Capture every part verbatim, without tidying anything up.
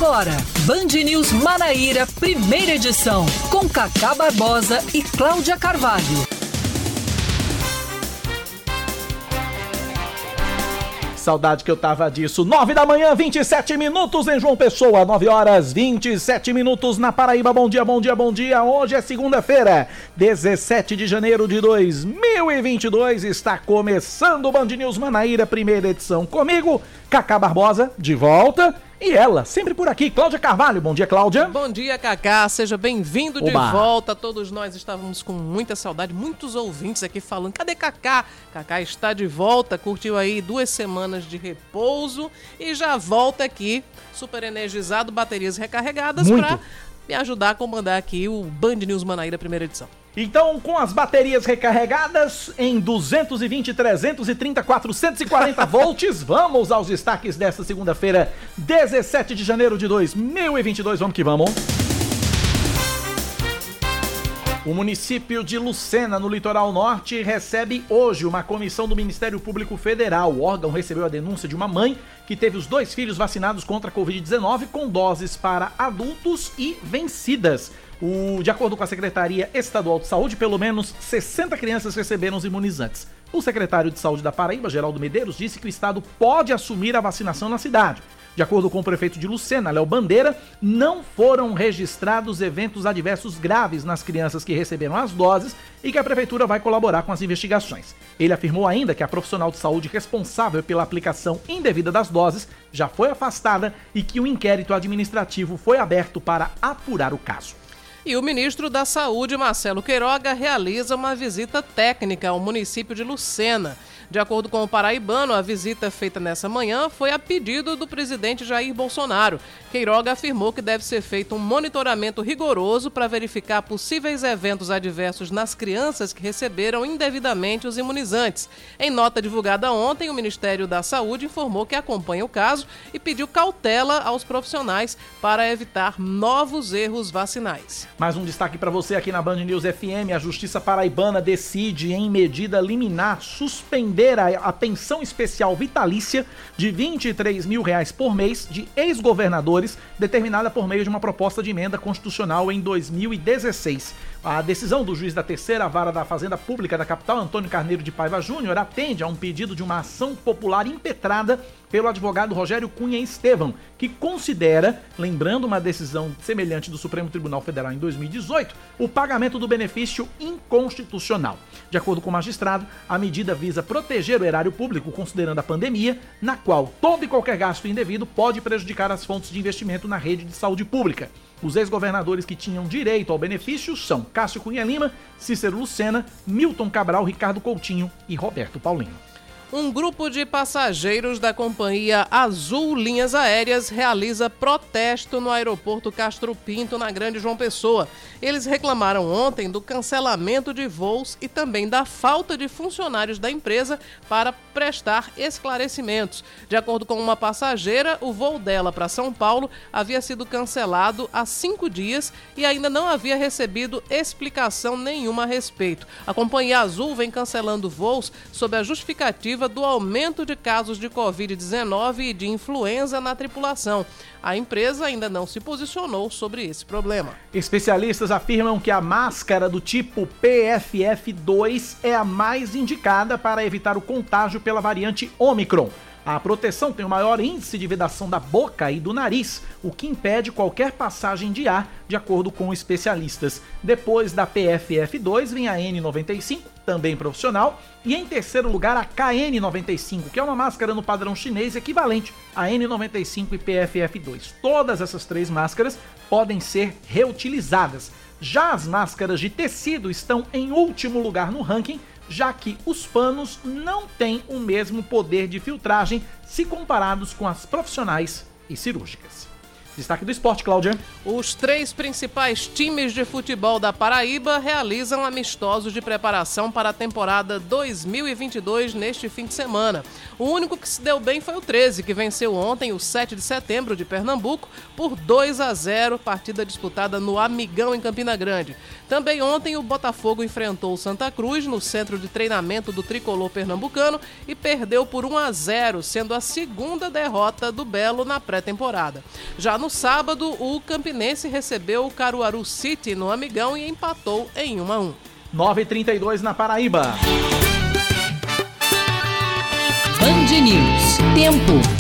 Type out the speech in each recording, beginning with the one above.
agora, Band News Manaíra, primeira edição, com Cacá Barbosa e Cláudia Carvalho. Saudade que eu tava disso. Nove da manhã, vinte e sete minutos em João Pessoa. Nove horas, vinte e sete minutos na Paraíba. Bom dia, bom dia, bom dia. Hoje é segunda-feira, dezessete de janeiro de dois mil e vinte e dois. Está começando o Band News Manaíra, primeira edição. Comigo, Cacá Barbosa, de volta. E ela, sempre por aqui, Cláudia Carvalho. Bom dia, Cláudia. Bom dia, Cacá. Seja bem-vindo de Oba. volta. Todos nós estávamos com muita saudade, muitos ouvintes aqui falando, cadê Cacá? Cacá está de volta, curtiu aí duas semanas de repouso e já volta aqui, super energizado, baterias recarregadas, para me ajudar a comandar aqui o Band News Manaíra, primeira edição. Então, com as baterias recarregadas em duzentos e vinte, trezentos e trinta, quatrocentos e quarenta volts, vamos aos destaques desta segunda-feira, dezessete de janeiro de dois mil e vinte e dois. Vamos que vamos. O município de Lucena, no litoral norte, recebe hoje uma comissão do Ministério Público Federal. O órgão recebeu a denúncia de uma mãe que teve os dois filhos vacinados contra a covid dezenove com doses para adultos e vencidas. O, de acordo com a Secretaria Estadual de Saúde, pelo menos sessenta crianças receberam os imunizantes. O secretário de Saúde da Paraíba, Geraldo Medeiros, disse que o estado pode assumir a vacinação na cidade. De acordo com o prefeito de Lucena, Léo Bandeira, não foram registrados eventos adversos graves nas crianças que receberam as doses e que a prefeitura vai colaborar com as investigações. Ele afirmou ainda que a profissional de saúde responsável pela aplicação indevida das doses já foi afastada e que o inquérito administrativo foi aberto para apurar o caso. E o ministro da Saúde, Marcelo Queiroga, realiza uma visita técnica ao município de Lucena. De acordo com o paraibano, a visita feita nessa manhã foi a pedido do presidente Jair Bolsonaro. Queiroga afirmou que deve ser feito um monitoramento rigoroso para verificar possíveis eventos adversos nas crianças que receberam indevidamente os imunizantes. Em nota divulgada ontem, o Ministério da Saúde informou que acompanha o caso e pediu cautela aos profissionais para evitar novos erros vacinais. Mais um destaque para você aqui na Band News F M. A Justiça Paraibana decide, em medida liminar, suspender a, a pensão especial vitalícia de vinte e três mil reais por mês de ex-governadores, determinada por meio de uma proposta de emenda constitucional em dois mil e dezesseis. A decisão do juiz da terceira vara da Fazenda Pública da capital, Antônio Carneiro de Paiva Júnior, atende a um pedido de uma ação popular impetrada pelo advogado Rogério Cunha Estevão, que considera, lembrando uma decisão semelhante do Supremo Tribunal Federal em dois mil e dezoito, o pagamento do benefício inconstitucional. De acordo com o magistrado, a medida visa proteger o erário público, considerando a pandemia, na qual todo e qualquer gasto indevido pode prejudicar as fontes de investimento na rede de saúde pública. Os ex-governadores que tinham direito ao benefício são Cássio Cunha Lima, Cícero Lucena, Milton Cabral, Ricardo Coutinho e Roberto Paulinho. Um grupo de passageiros da companhia Azul Linhas Aéreas realiza protesto no aeroporto Castro Pinto, na Grande João Pessoa. Eles reclamaram ontem do cancelamento de voos e também da falta de funcionários da empresa para prestar esclarecimentos. De acordo com uma passageira, o voo dela para São Paulo havia sido cancelado há cinco dias e ainda não havia recebido explicação nenhuma a respeito. A companhia Azul vem cancelando voos sob a justificativa do aumento de casos de covid dezenove e de influenza na tripulação. A empresa ainda não se posicionou sobre esse problema. Especialistas afirmam que a máscara do tipo P F F dois é a mais indicada para evitar o contágio pela variante Ômicron. A proteção tem o maior índice de vedação da boca e do nariz, o que impede qualquer passagem de ar, de acordo com especialistas. Depois da P F F dois vem a N noventa e cinco, também profissional, e em terceiro lugar a K N noventa e cinco, que é uma máscara no padrão chinês equivalente a N noventa e cinco e P F F dois. Todas essas três máscaras podem ser reutilizadas. Já as máscaras de tecido estão em último lugar no ranking, já que os panos não têm o mesmo poder de filtragem se comparados com as profissionais e cirúrgicas. Destaque do esporte, Cláudia. Os três principais times de futebol da Paraíba realizam amistosos de preparação para a temporada dois mil e vinte e dois neste fim de semana. O único que se deu bem foi o treze, que venceu ontem o sete de setembro de Pernambuco por dois a zero, partida disputada no Amigão, em Campina Grande. Também ontem o Botafogo enfrentou o Santa Cruz no centro de treinamento do tricolor pernambucano e perdeu por um a zero, sendo a segunda derrota do Belo na pré-temporada. Já no no sábado, o Campinense recebeu o Caruaru City no Amigão e empatou em um a um. nove e trinta e dois na Paraíba. Band News. Tempo.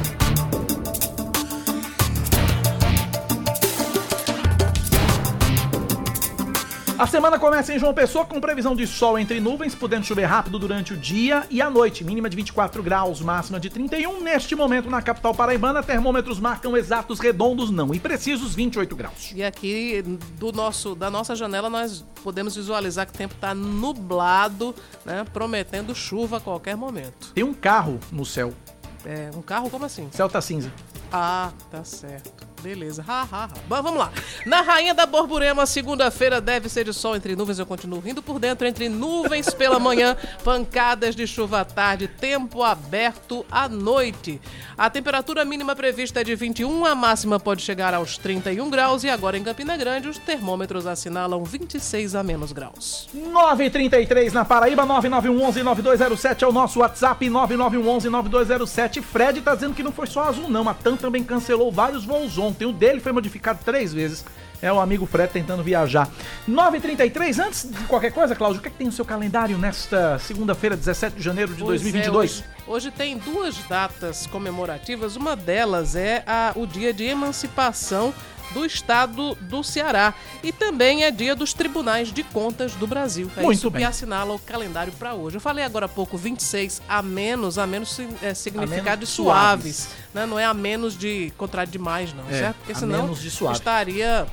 A semana começa em João Pessoa com previsão de sol entre nuvens, podendo chover rápido durante o dia e a noite. Mínima de vinte e quatro graus, máxima de trinta e um. Neste momento, na capital paraibana, termômetros marcam exatos, redondos não, e precisos vinte e oito graus. E aqui do nosso, da nossa janela nós podemos visualizar que o tempo está nublado, né, prometendo chuva a qualquer momento. Tem um carro no céu. É, um carro como assim? O céu tá cinza. Ah, tá certo. Beleza. Ha, ha, ha. Bom, vamos lá. Na Rainha da Borborema, segunda-feira deve ser de sol entre nuvens. Eu continuo rindo por dentro. Entre nuvens pela manhã, pancadas de chuva à tarde, tempo aberto à noite. A temperatura mínima prevista é de vinte e um, a máxima pode chegar aos trinta e um graus. E agora em Campina Grande, os termômetros assinalam vinte e seis a menos graus. nove e trinta e três na Paraíba, nove nove um um nove dois zero sete é o nosso WhatsApp, nove nove um um nove dois zero sete. Fred tá dizendo que não foi só azul não, a TAM também cancelou vários voos ontem. O dele foi modificado três vezes. É o amigo Fred tentando viajar. nove e trinta e três, antes de qualquer coisa, Cláudio, o que, é que tem no seu calendário nesta segunda-feira, dezessete de janeiro de Pois dois mil e vinte e dois? É, hoje, hoje tem duas datas comemorativas. Uma delas é a, o dia de emancipação do estado do Ceará. E também é dia dos tribunais de contas do Brasil. É Muito isso bem. que assinala o calendário para hoje. Eu falei agora há pouco vinte e seis a menos, a menos é, significado a de menos suaves. suaves. Né? Não é a menos de contrário demais, não, É, certo? Porque a senão menos de suave. estaria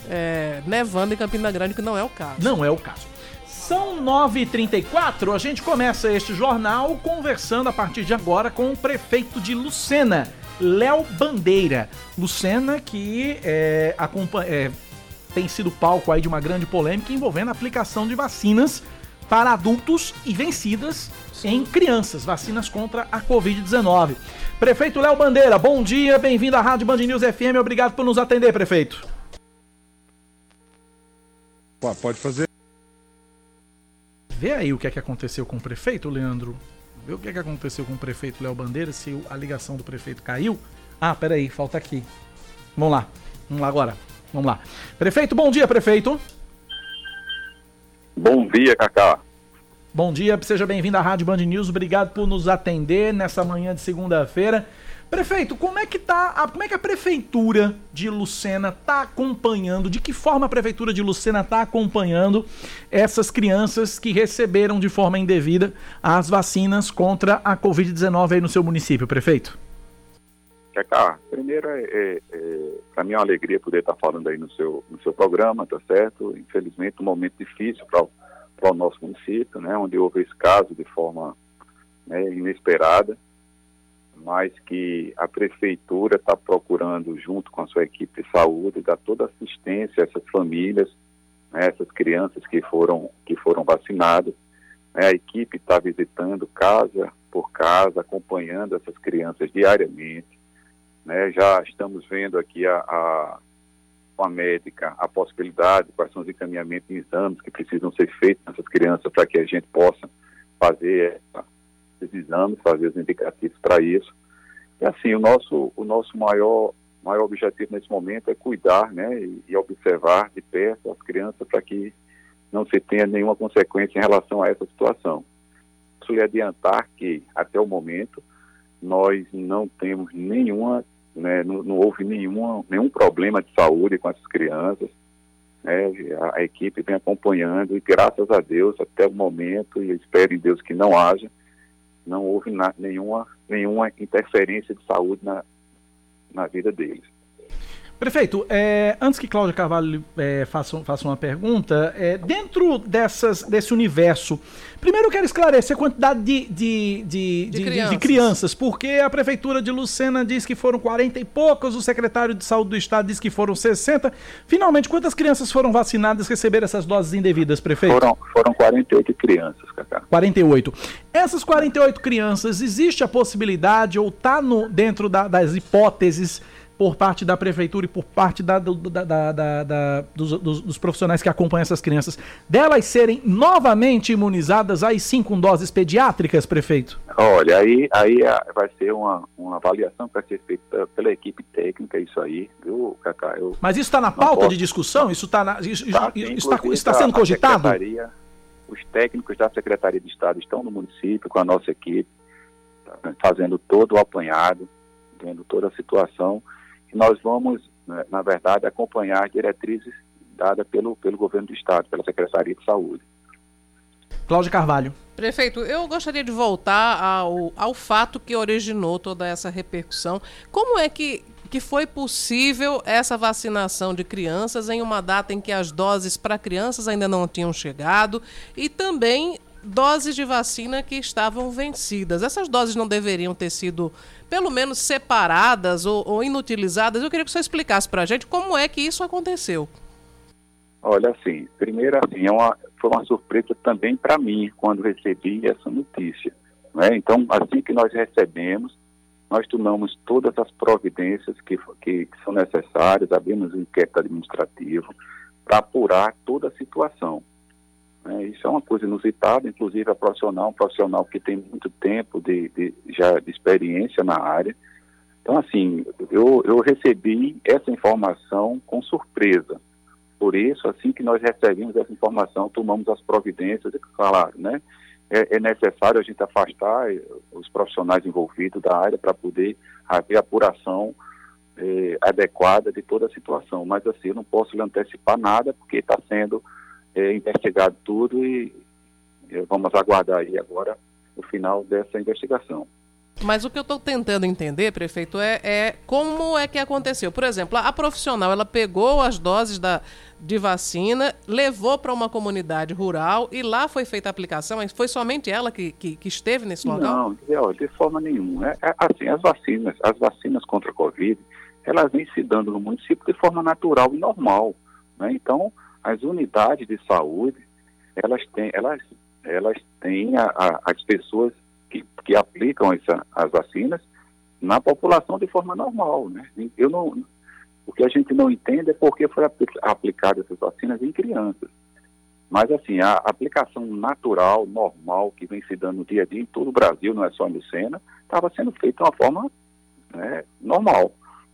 é, nevando em Campina Grande, que não é o caso. Não é o caso. São nove e trinta e quatro, a gente começa este jornal conversando a partir de agora com o prefeito de Lucena, Léo Bandeira. Lucena que é, acompanha, é, tem sido palco aí de uma grande polêmica envolvendo a aplicação de vacinas para adultos e vencidas em crianças, vacinas contra a covid dezenove. Prefeito Léo Bandeira, bom dia, bem-vindo à Rádio Band News F M, obrigado por nos atender, prefeito. Pode fazer. Vê aí o que é que aconteceu com o prefeito, Leandro. Vê o que é que aconteceu com o prefeito Léo Bandeira, se a ligação do prefeito caiu. Ah, peraí, falta aqui. Vamos lá, vamos lá agora. Vamos lá. Prefeito, bom dia, prefeito. Bom dia, Cacá. Bom dia, seja bem-vindo à Rádio Band News, obrigado por nos atender nessa manhã de segunda-feira. Prefeito, como é que tá, a, como é que a Prefeitura de Lucena está acompanhando, de que forma a Prefeitura de Lucena está acompanhando essas crianças que receberam de forma indevida as vacinas contra a covid dezenove aí no seu município, prefeito? Cacá, primeiro, é, é, é, para mim é uma alegria poder estar falando aí no seu, no seu programa, tá certo? Infelizmente, um momento difícil para o nosso município, né, onde houve esse caso de forma, né, inesperada, mas que a Prefeitura está procurando, junto com a sua equipe de saúde, dar toda assistência a essas famílias, né, essas crianças que foram, que foram vacinadas. Né, a equipe está visitando casa por casa, acompanhando essas crianças diariamente. Né, já estamos vendo aqui a, a, com a médica a possibilidade, quais são os encaminhamentos em exames que precisam ser feitos nessas crianças para que a gente possa fazer essa, esses exames, fazer os indicativos para isso. E assim, o nosso, o nosso maior, maior objetivo nesse momento é cuidar, né, e, e observar de perto as crianças para que não se tenha nenhuma consequência em relação a essa situação. Posso lhe adiantar que, até o momento, nós não temos nenhuma, né, não, não houve nenhuma, nenhum problema de saúde com essas crianças. Né, a, a equipe vem acompanhando e, graças a Deus, até o momento, e eu espero em Deus que não haja, não houve na, nenhuma, nenhuma interferência de saúde na, na vida deles. Prefeito, é, antes que Cláudia Carvalho é, faça, faça uma pergunta, é, dentro dessas, desse universo, primeiro eu quero esclarecer a quantidade de, de, de, de, de, crianças. de crianças, porque a Prefeitura de Lucena diz que foram quarenta e poucas, o secretário de Saúde do Estado diz que foram sessenta. Finalmente, quantas crianças foram vacinadas e receberam essas doses indevidas, prefeito? Foram, foram quarenta e oito crianças, Cacá. quarenta e oito. Essas quarenta e oito crianças, existe a possibilidade, ou está dentro da, das hipóteses, por parte da prefeitura e por parte da, do, da, da, da, da, dos, dos, dos profissionais que acompanham essas crianças, delas serem novamente imunizadas, aí sim com doses pediátricas, prefeito? Olha, aí, aí vai ser uma, uma avaliação que vai ser feita pela equipe técnica, isso aí, viu, Cacá? Eu Mas isso está na pauta posso... de discussão? Isso está isso, tá, isso está, está sendo cogitado? Os técnicos da Secretaria de Estado estão no município com a nossa equipe, fazendo todo o apanhado, vendo toda a situação, e nós vamos, na verdade, acompanhar as diretrizes dadas pelo, pelo governo do Estado, pela Secretaria de Saúde. Cláudia Carvalho. Prefeito, eu gostaria de voltar ao, ao fato que originou toda essa repercussão. Como é que, que foi possível essa vacinação de crianças em uma data em que as doses para crianças ainda não tinham chegado e também doses de vacina que estavam vencidas? Essas doses não deveriam ter sido, pelo menos, separadas ou, ou inutilizadas? Eu queria que você explicasse para a gente como é que isso aconteceu. Olha, assim, primeiro, assim, é uma, foi uma surpresa também para mim, quando recebi essa notícia, né? Então, assim que nós recebemos, nós tomamos todas as providências que, que, que são necessárias, abrimos um inquérito administrativo para apurar toda a situação. Né? Isso é uma coisa inusitada, inclusive a profissional, um profissional que tem muito tempo de, de, já de experiência na área. Então, assim, eu, eu recebi essa informação com surpresa. Por isso, assim que nós recebemos essa informação, tomamos as providências, claro, né? É, é necessário a gente afastar os profissionais envolvidos da área para poder haver apuração é, adequada de toda a situação. Mas, assim, eu não posso lhe antecipar nada, porque está sendo é, investigado tudo e é, vamos aguardar aí agora o final dessa investigação. Mas o que eu estou tentando entender, prefeito, é, é como é que aconteceu. Por exemplo, a, a profissional, ela pegou as doses da, de vacina, levou para uma comunidade rural e lá foi feita a aplicação, mas foi somente ela que, que, que esteve nesse local? Não, de forma nenhuma. É, é, assim, as vacinas, as vacinas contra a Covid, elas vêm se dando no município de forma natural e normal, né? Então, as unidades de saúde, elas têm, elas, elas têm a, a, as pessoas Que, que aplicam essa, as vacinas na população de forma normal, né? Eu não, o que a gente não entende é por que foi aplicada essas vacinas em crianças. Mas, assim, a aplicação natural, normal, que vem se dando no dia a dia em todo o Brasil, não é só em Lucena, estava sendo feita de uma forma, né, normal.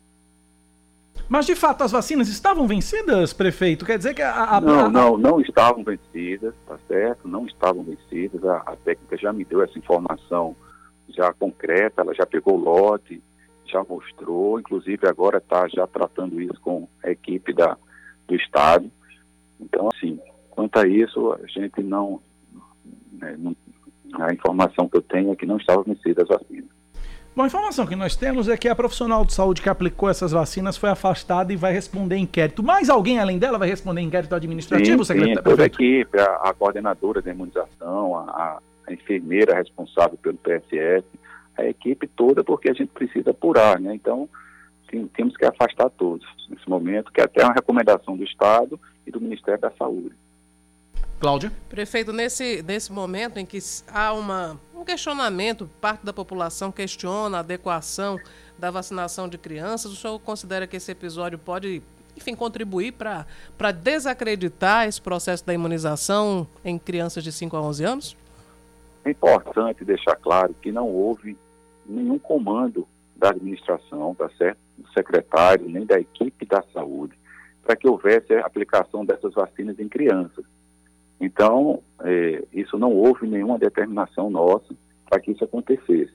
Mas, de fato, as vacinas estavam vencidas, prefeito? Quer dizer que a... a não, a... não, não estavam vencidas, tá certo? Não estavam vencidas. A, a técnica já me deu essa informação já concreta, ela já pegou o lote, já mostrou, inclusive agora está já tratando isso com a equipe da, do Estado. Então, assim, quanto a isso, a gente não, né, não... A informação que eu tenho é que não estavam vencidas as vacinas. Bom, a informação que nós temos é que a profissional de saúde que aplicou essas vacinas foi afastada e vai responder inquérito. Mais alguém além dela vai responder inquérito administrativo, sim, secretário? Sim, toda a equipe, a, a coordenadora da imunização, a, a enfermeira responsável pelo P S F, a equipe toda, porque a gente precisa apurar, né? Então, tem, temos que afastar todos nesse momento, que é até uma recomendação do Estado e do Ministério da Saúde. Cláudia? Prefeito, nesse, nesse momento em que há uma, um questionamento, parte da população questiona a adequação da vacinação de crianças, o senhor considera que esse episódio pode, enfim, contribuir para para desacreditar esse processo da imunização em crianças de cinco a onze anos? É importante deixar claro que não houve nenhum comando da administração, tá certo? Do secretário, nem da equipe da saúde, para que houvesse a aplicação dessas vacinas em crianças. Então, é, isso não houve nenhuma determinação nossa para que isso acontecesse.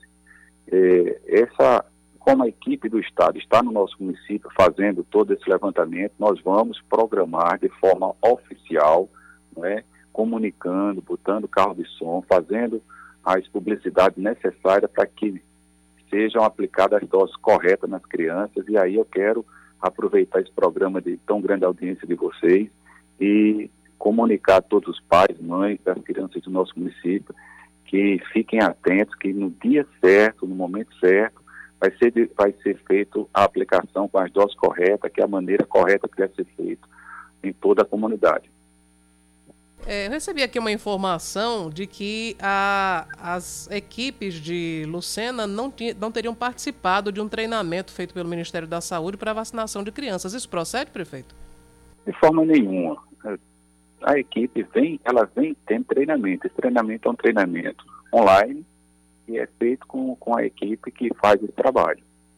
É, essa, como a equipe do Estado está no nosso município fazendo todo esse levantamento, nós vamos programar de forma oficial, não é, comunicando, botando carro de som, fazendo as publicidades necessárias para que sejam aplicadas as doses corretas nas crianças. E aí eu quero aproveitar esse programa de tão grande audiência de vocês e comunicar a todos os pais, mães das crianças do nosso município que fiquem atentos, que no dia certo, no momento certo, vai ser, vai ser feito a aplicação com as doses corretas, que é a maneira correta que deve ser feito em toda a comunidade. É, eu recebi aqui uma informação de que a, as equipes de Lucena não, tinha, não teriam participado de um treinamento feito pelo Ministério da Saúde para vacinação de crianças. Isso procede, prefeito? De forma nenhuma. A equipe vem, ela vem tendo treinamento. Esse treinamento é um treinamento online e é feito com, com a equipe que faz esse trabalho.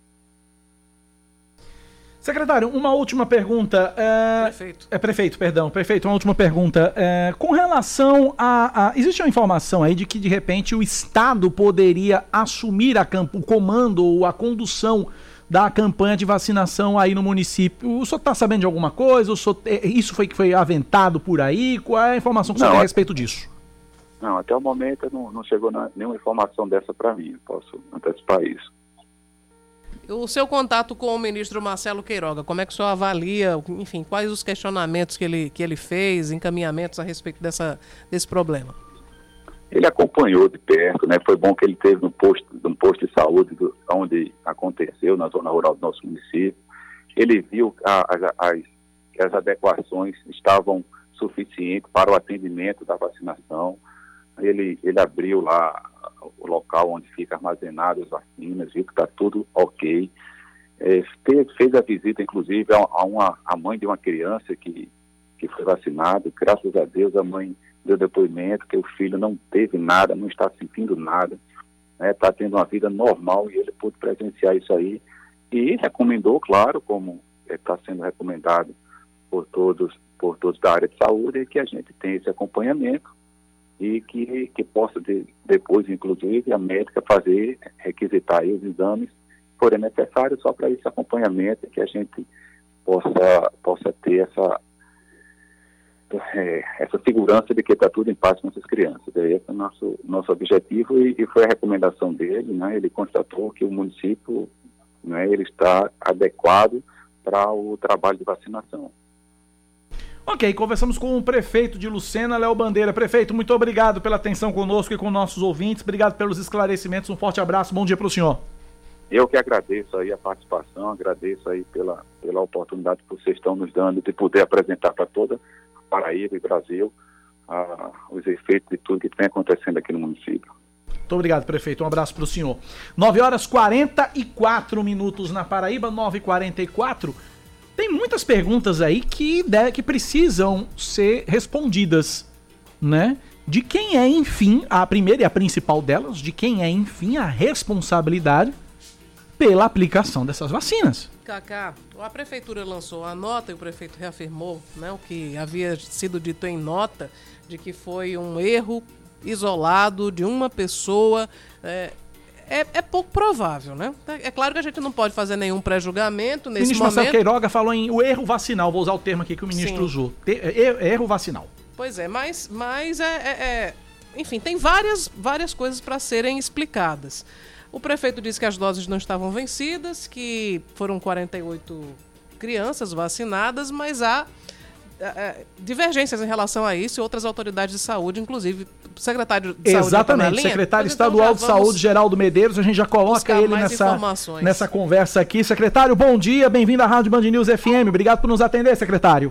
Secretário, uma última pergunta. É, prefeito. É prefeito, perdão. Prefeito, uma última pergunta. É, com relação a, a... Existe uma informação aí de que, de repente, o Estado poderia assumir a camp... o comando ou a condução da campanha de vacinação aí no município. O senhor está sabendo de alguma coisa? O senhor... Isso foi que foi aventado por aí? Qual é a informação que o senhor tem a respeito disso? Não, até o momento não, não chegou nenhuma informação dessa para mim. Eu posso antecipar isso. O seu contato com o ministro Marcelo Queiroga, como é que o senhor avalia, enfim, quais os questionamentos que ele, que ele fez, encaminhamentos a respeito dessa, desse problema? Ele acompanhou de perto, né? Foi bom que ele esteve no posto, no posto de saúde do, onde aconteceu, na zona rural do nosso município. Ele viu que as, as adequações estavam suficientes para o atendimento da vacinação. Ele, ele abriu lá o local onde fica armazenado as vacinas, viu que está tudo ok. É, fez, fez a visita, inclusive, a, a, uma, a mãe de uma criança que, que foi vacinada. Graças a Deus, a mãe deu depoimento que o filho não teve nada, não está sentindo nada, está, né, tendo uma vida normal, e ele pôde presenciar isso aí. E recomendou, claro, como está é, sendo recomendado por todos, por todos da área de saúde, que a gente tenha esse acompanhamento e que, que possa de, depois, inclusive, a médica fazer, requisitar aí os exames que forem necessários só para esse acompanhamento, que a gente possa, possa ter essa, é, essa segurança de que está tudo em paz com essas crianças. Esse é o nosso, nosso objetivo, e, e foi a recomendação dele, né? Ele constatou que o município, né, ele está adequado para o trabalho de vacinação. Ok, conversamos com o prefeito de Lucena, Léo Bandeira. Prefeito, muito obrigado pela atenção conosco e com nossos ouvintes. Obrigado pelos esclarecimentos. Um forte abraço. Bom dia para o senhor. Eu que agradeço aí a participação, agradeço aí pela, pela oportunidade que vocês estão nos dando de poder apresentar para toda a Paraíba e Brasil ah, os efeitos de tudo que vem acontecendo aqui no município. Muito obrigado, prefeito. Um abraço para o senhor. nove horas e quarenta e quatro minutos na Paraíba, nove e quarenta e quatro. Tem muitas perguntas aí que, de, que precisam ser respondidas, né? De quem é, enfim, a primeira e a principal delas, de quem é, enfim, a responsabilidade pela aplicação dessas vacinas. Cacá, a prefeitura lançou a nota e o prefeito reafirmou, né, o que havia sido dito em nota, de que foi um erro isolado de uma pessoa. É, É, é pouco provável, né? É claro que a gente não pode fazer nenhum pré-julgamento nesse momento. O ministro momento. Marcelo Queiroga falou em o erro vacinal, vou usar o termo aqui que o ministro Sim. usou. Erro vacinal. Pois é, mas, mas é, é, é... Enfim, tem várias, várias coisas para serem explicadas. O prefeito disse que as doses não estavam vencidas, que foram quarenta e oito crianças vacinadas, mas há é, divergências em relação a isso, e outras autoridades de saúde, inclusive o secretário de Saúde. Exatamente, secretário estadual de Saúde, Geraldo Medeiros, a gente já coloca ele nessa, nessa conversa aqui. Secretário, bom dia, bem-vindo à Rádio Band News F M, obrigado por nos atender, secretário.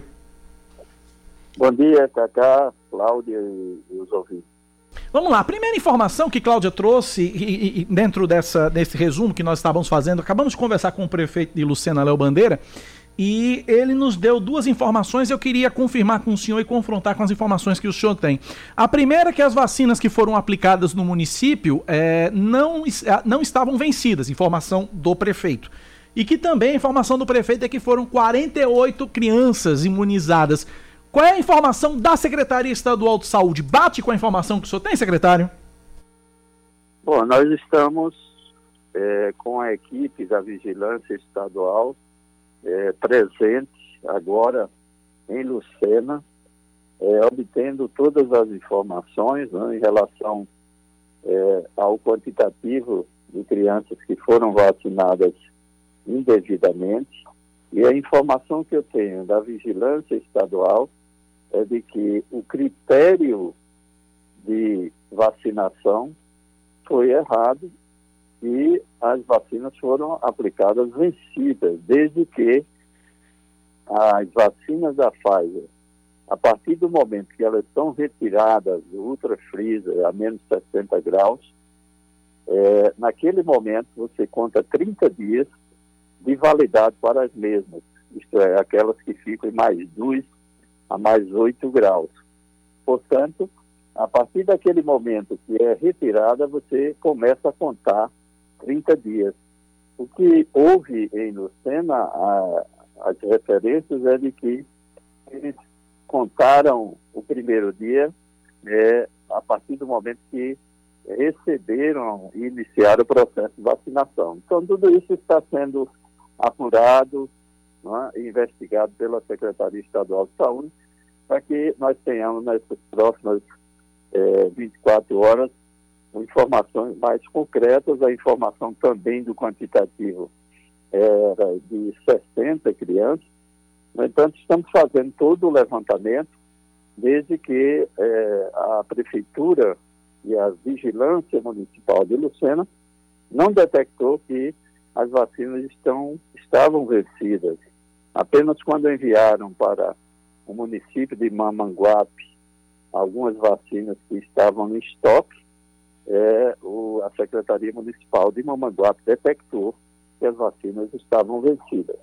Bom dia, Cacá, Cláudia e, e os ouvintes. Vamos lá, a primeira informação que Cláudia trouxe, e, e dentro dessa, desse resumo que nós estávamos fazendo, acabamos de conversar com o prefeito de Lucena, Léo Bandeira, e ele nos deu duas informações. Eu queria confirmar com o senhor e confrontar com as informações que o senhor tem. A primeira é que as vacinas que foram aplicadas no município é, não, não estavam vencidas, informação do prefeito. E que também a informação do prefeito é que foram quarenta e oito crianças imunizadas. Qual é a informação da Secretaria Estadual de Saúde? Bate com a informação que o senhor tem, secretário? Bom, nós estamos é, com a equipe da Vigilância Estadual É, presente agora em Lucena, é, obtendo todas as informações, né, em relação é, ao quantitativo de crianças que foram vacinadas indevidamente, e a informação que eu tenho da Vigilância Estadual é de que o critério de vacinação foi errado e as vacinas foram aplicadas vencidas, desde que as vacinas da Pfizer A partir do momento que elas são retiradas do ultra-freezer a menos sessenta graus, é, naquele momento você conta trinta dias de validade para as mesmas, isto é, aquelas que ficam em mais dois a mais oito graus. Portanto, a partir daquele momento que é retirada, você começa a contar trinta dias. O que houve em Lucena, a, as referências é de que eles contaram o primeiro dia é, a partir do momento que receberam e iniciaram o processo de vacinação. Então, tudo isso está sendo apurado, é, e investigado pela Secretaria Estadual de Saúde, para que nós tenhamos nessas próximas é, vinte e quatro horas informações mais concretas. A informação também do quantitativo era de sessenta crianças. No entanto, estamos fazendo todo o levantamento, desde que é, a Prefeitura e a Vigilância Municipal de Lucena não detectou que as vacinas estão, estavam vencidas. Apenas quando enviaram para o município de Mamanguape algumas vacinas que estavam em estoque, é, o, a Secretaria Municipal de Mamanguape detectou que as vacinas estavam vencidas.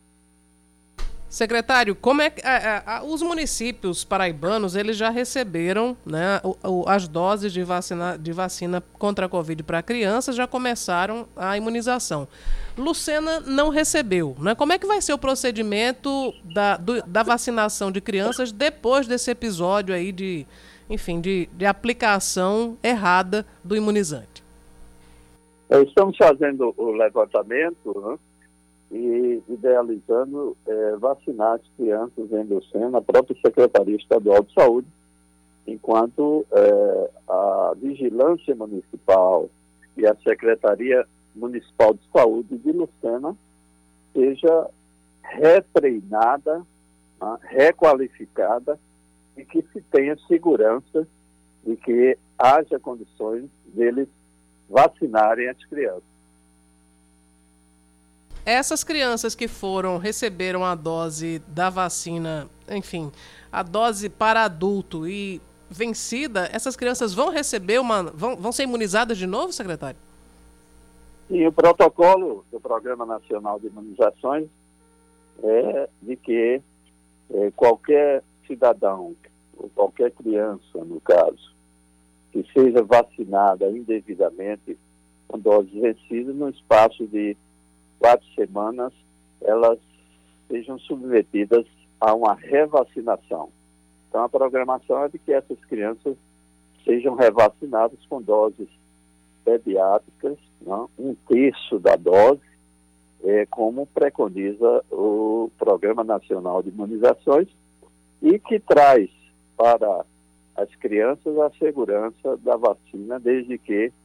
Secretário, como é que a, a, os municípios paraibanos eles já receberam, né, o, o, as doses de vacina, de vacina contra a Covid para crianças, já começaram a imunização. Lucena não recebeu, né? Como é que vai ser o procedimento da, do, da vacinação de crianças depois desse episódio aí de, enfim, de, de aplicação errada do imunizante? Estamos fazendo o levantamento, né? E idealizando é, vacinar as crianças em Lucena, a própria Secretaria Estadual de Saúde, enquanto é, a Vigilância Municipal e a Secretaria Municipal de Saúde de Lucena seja retreinada, né, requalificada, e que se tenha segurança de que haja condições deles vacinarem as crianças. Essas crianças que foram, receberam a dose da vacina, enfim, a dose para adulto e vencida, essas crianças vão receber uma, vão, vão ser imunizadas de novo, secretário? Sim, o protocolo do Programa Nacional de Imunizações é de que é, qualquer cidadão, ou qualquer criança, no caso, que seja vacinada indevidamente com doses vencidas, no espaço de quatro semanas, elas sejam submetidas a uma revacinação. Então, a programação é de que essas crianças sejam revacinadas com doses pediátricas, não? um terço da dose, é, como preconiza o Programa Nacional de Imunizações, e que traz para as crianças a segurança da vacina, desde que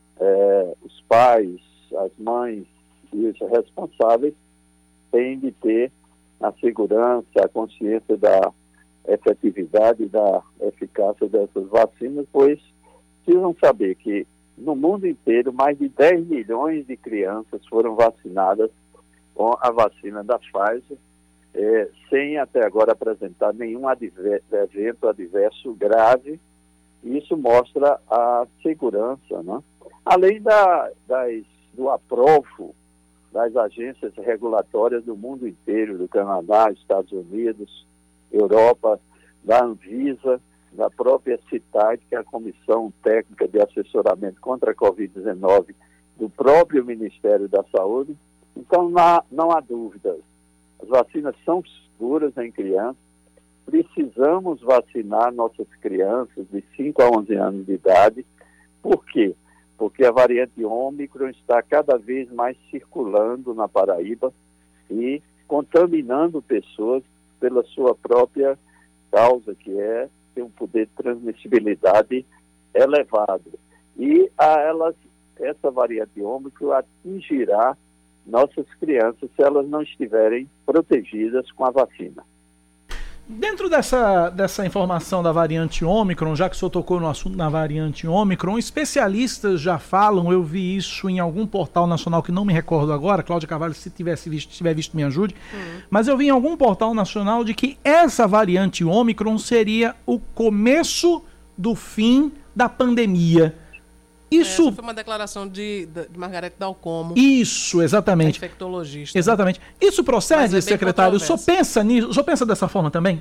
é, os pais, as mães e os responsáveis têm de ter a segurança, a consciência da efetividade e da eficácia dessas vacinas, pois precisam saber que no mundo inteiro mais de dez milhões de crianças foram vacinadas com a vacina da Pfizer, eh, sem até agora apresentar nenhum adver- evento adverso grave. Isso mostra a segurança, né? Além da, das, do aprofo das agências regulatórias do mundo inteiro, do Canadá, Estados Unidos, Europa, da Anvisa, da própria CITAD, que é a Comissão Técnica de Assessoramento contra a covid dezenove do próprio Ministério da Saúde. Então, não, não há dúvidas. As vacinas são seguras em crianças. Precisamos vacinar nossas crianças de cinco a onze anos de idade. Por quê? Porque a variante Ômicron está cada vez mais circulando na Paraíba e contaminando pessoas pela sua própria causa, que é ter um poder de transmissibilidade elevado. E a elas, essa variante Ômicron atingirá nossas crianças se elas não estiverem protegidas com a vacina. Dentro dessa, dessa informação da variante Ômicron, já que o senhor tocou no assunto da variante Ômicron, especialistas já falam, eu vi isso em algum portal nacional que não me recordo agora, Cláudia Carvalho, se tivesse visto, tiver visto, me ajude, uhum. mas eu vi em algum portal nacional de que essa variante Ômicron seria o começo do fim da pandemia. Isso Essa foi uma declaração de, de Margarete Dalcomo. Isso, exatamente. Infectologista. Exatamente. Isso procede, é secretário? O senhor pensa nisso? O senhor pensa dessa forma também?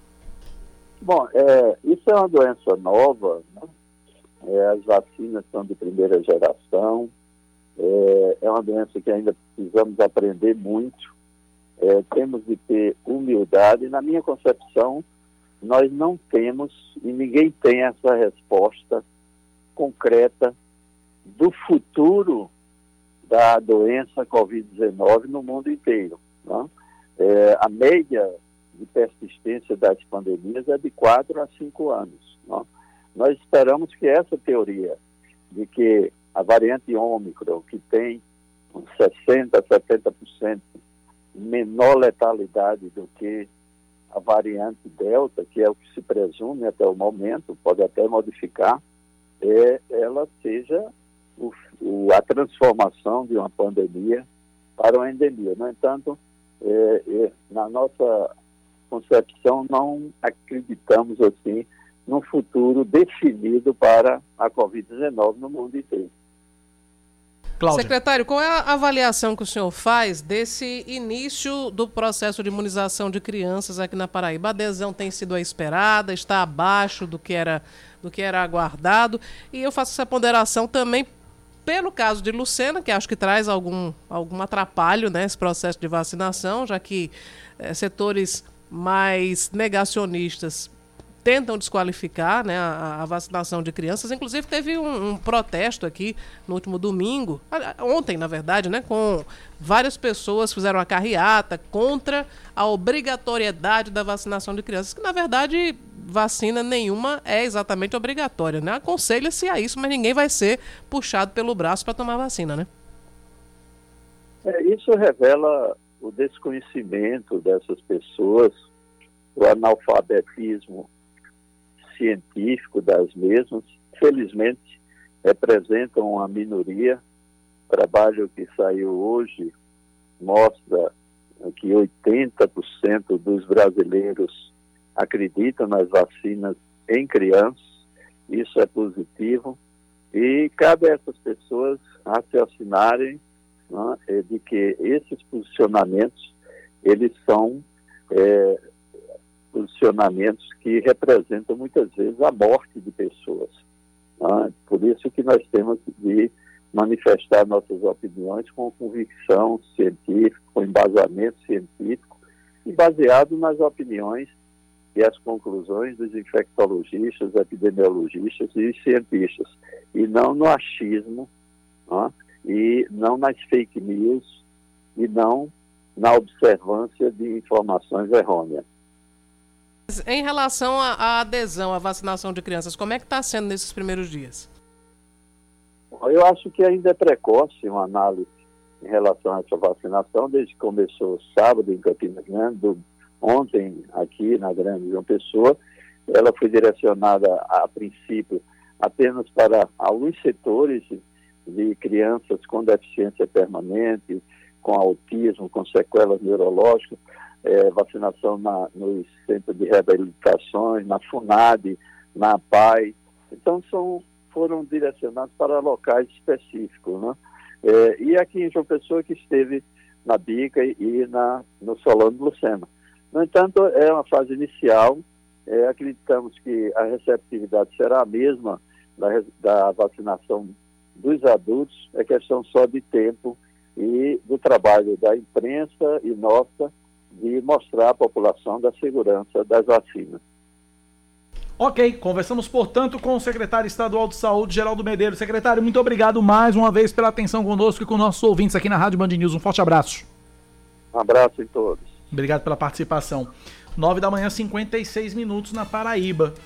Bom, é, isso é uma doença nova, né? É, as vacinas são de primeira geração, é, é uma doença que ainda precisamos aprender muito, é, temos de ter humildade. Na minha concepção, nós não temos, e ninguém tem essa resposta concreta do futuro da doença covid dezenove no mundo inteiro. Né? É, a média de persistência das pandemias é de quatro a cinco anos. Né? Nós esperamos que essa teoria de que a variante Ômicron, que tem uns sessenta por cento, setenta por cento menor letalidade do que a variante Delta, que é o que se presume até o momento, pode até modificar, É, ela seja o, o, a transformação de uma pandemia para uma endemia. No entanto, é, é, na nossa concepção, não acreditamos assim num futuro definido para a covid dezenove no mundo inteiro. Cláudia. Secretário, qual é a avaliação que o senhor faz desse início do processo de imunização de crianças aqui na Paraíba? A adesão tem sido a esperada, está abaixo do que era, do que era aguardado, e eu faço essa ponderação também pelo caso de Lucena, que acho que traz algum, algum atrapalho nesse processo de vacinação, já que é, setores mais negacionistas tentam desqualificar, né, a, a vacinação de crianças. Inclusive teve um, um protesto aqui no último domingo, ontem na verdade, né, com várias pessoas fizeram uma carreata contra a obrigatoriedade da vacinação de crianças, que na verdade vacina nenhuma é exatamente obrigatória, né? Aconselha-se a isso, mas ninguém vai ser puxado pelo braço para tomar vacina, né? É, isso revela o desconhecimento dessas pessoas, o analfabetismo científico das mesmas. Felizmente, representam uma minoria. O trabalho que saiu hoje mostra que oitenta por cento dos brasileiros acreditam nas vacinas em crianças. Isso é positivo. E cabe a essas pessoas raciocinarem, né, de que esses posicionamentos, eles são é, posicionamentos que representam muitas vezes a morte de pessoas. Né? Por isso que nós temos de manifestar nossas opiniões com convicção científica, com embasamento científico e baseado nas opiniões e as conclusões dos infectologistas, epidemiologistas e cientistas, e não no achismo, né? E não nas fake news, e não na observância de informações errôneas. Em relação à adesão à vacinação de crianças, como é que está sendo nesses primeiros dias? Eu acho que ainda é precoce uma análise em relação a essa vacinação, desde que começou sábado em Campina Grande, do, ontem aqui na Grande João Pessoa. Ela foi direcionada a princípio apenas para alguns setores de crianças com deficiência permanente, com autismo, com sequelas neurológicas, é, vacinação na, nos centros de reabilitações, na FUNAD, na APAI. Então, são, foram direcionados para locais específicos, né? É, e aqui em João Pessoa, que esteve na Bica e, e na, no Solano de Lucena. No entanto, é uma fase inicial. É, acreditamos que a receptividade será a mesma da, da vacinação dos adultos. É questão só de tempo e do trabalho da imprensa e nossa de mostrar à população da segurança das vacinas. Ok, conversamos, portanto, com o secretário estadual de Saúde, Geraldo Medeiros. Secretário, muito obrigado mais uma vez pela atenção conosco e com nossos ouvintes aqui na Rádio Band News. Um forte abraço. Um abraço em todos. Obrigado pela participação. nove da manhã, cinquenta e seis minutos na Paraíba.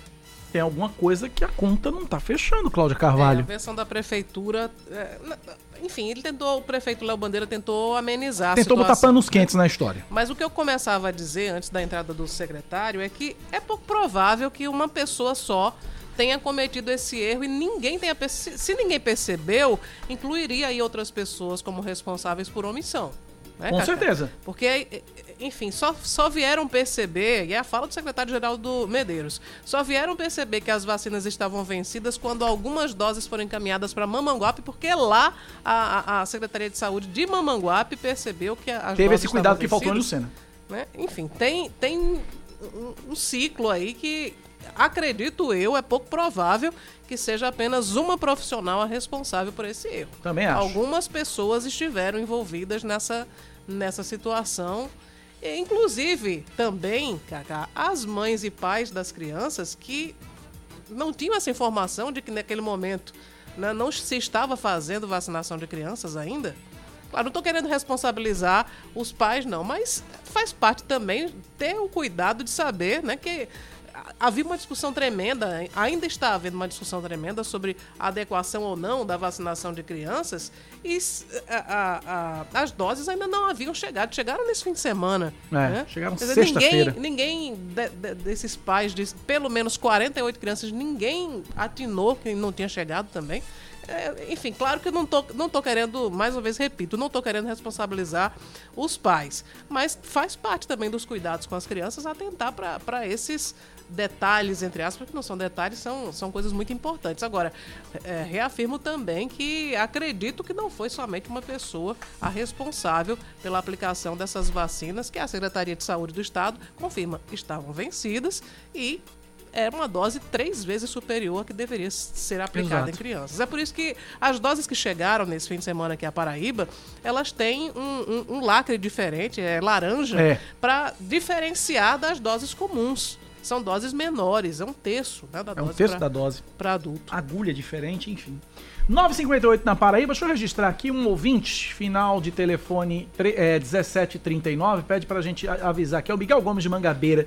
tem alguma coisa que a conta não está fechando, Cláudia Carvalho. É, a versão da prefeitura... É, enfim, ele tentou, o prefeito Léo Bandeira tentou amenizar tentou a situação. Tentou botar panos quentes na história. Mas o que eu começava a dizer antes da entrada do secretário é que é pouco provável que uma pessoa só tenha cometido esse erro e ninguém tenha perce... se ninguém percebeu, incluiria aí outras pessoas como responsáveis por omissão. Né, Com Cacá? certeza. Porque, enfim, só, só vieram perceber, e é a fala do secretário-geral do Medeiros, só vieram perceber que as vacinas estavam vencidas quando algumas doses foram encaminhadas para Mamanguape, porque lá a, a Secretaria de Saúde de Mamanguape percebeu que as Teve doses esse cuidado que vencidas, faltou em Lucena. Né? Enfim, tem, tem um, um ciclo aí que, acredito eu, é pouco provável que seja apenas uma profissional a responsável por esse erro. Também acho. Algumas pessoas estiveram envolvidas nessa, nessa situação. E, inclusive, também, Cacá, as mães e pais das crianças que não tinham essa informação de que naquele momento, né, não se estava fazendo vacinação de crianças ainda. Claro, não estou querendo responsabilizar os pais, não, mas faz parte também ter o cuidado de saber, né, que havia uma discussão tremenda, ainda está havendo uma discussão tremenda sobre a adequação ou não da vacinação de crianças e a, a, a, as doses ainda não haviam chegado, chegaram nesse fim de semana. É, né? chegaram Quer dizer, sexta-feira. Ninguém, ninguém de, de, desses pais, de pelo menos quarenta e oito crianças, ninguém atinou que não tinha chegado também. É, enfim, claro que eu não tô, não tô querendo, mais uma vez repito, não tô querendo responsabilizar os pais, mas faz parte também dos cuidados com as crianças atentar para esses detalhes, entre aspas, que não são detalhes, são, são coisas muito importantes. Agora, é, reafirmo também que acredito que não foi somente uma pessoa a responsável pela aplicação dessas vacinas, que a Secretaria de Saúde do Estado confirma estavam vencidas e é uma dose três vezes superior à que deveria ser aplicada Exato. Em crianças. É por isso que as doses que chegaram nesse fim de semana aqui a Paraíba, elas têm um, um, um lacre diferente, é laranja, é. para diferenciar das doses comuns. São doses menores, é um terço, né, da é dose. um terço pra, da dose. Para adulto. Agulha diferente, enfim. nove e cinquenta e oito na Paraíba, deixa eu registrar aqui um ouvinte, final de telefone é, dezessete trinta e nove, pede pra gente avisar que é o Miguel Gomes de Mangabeira.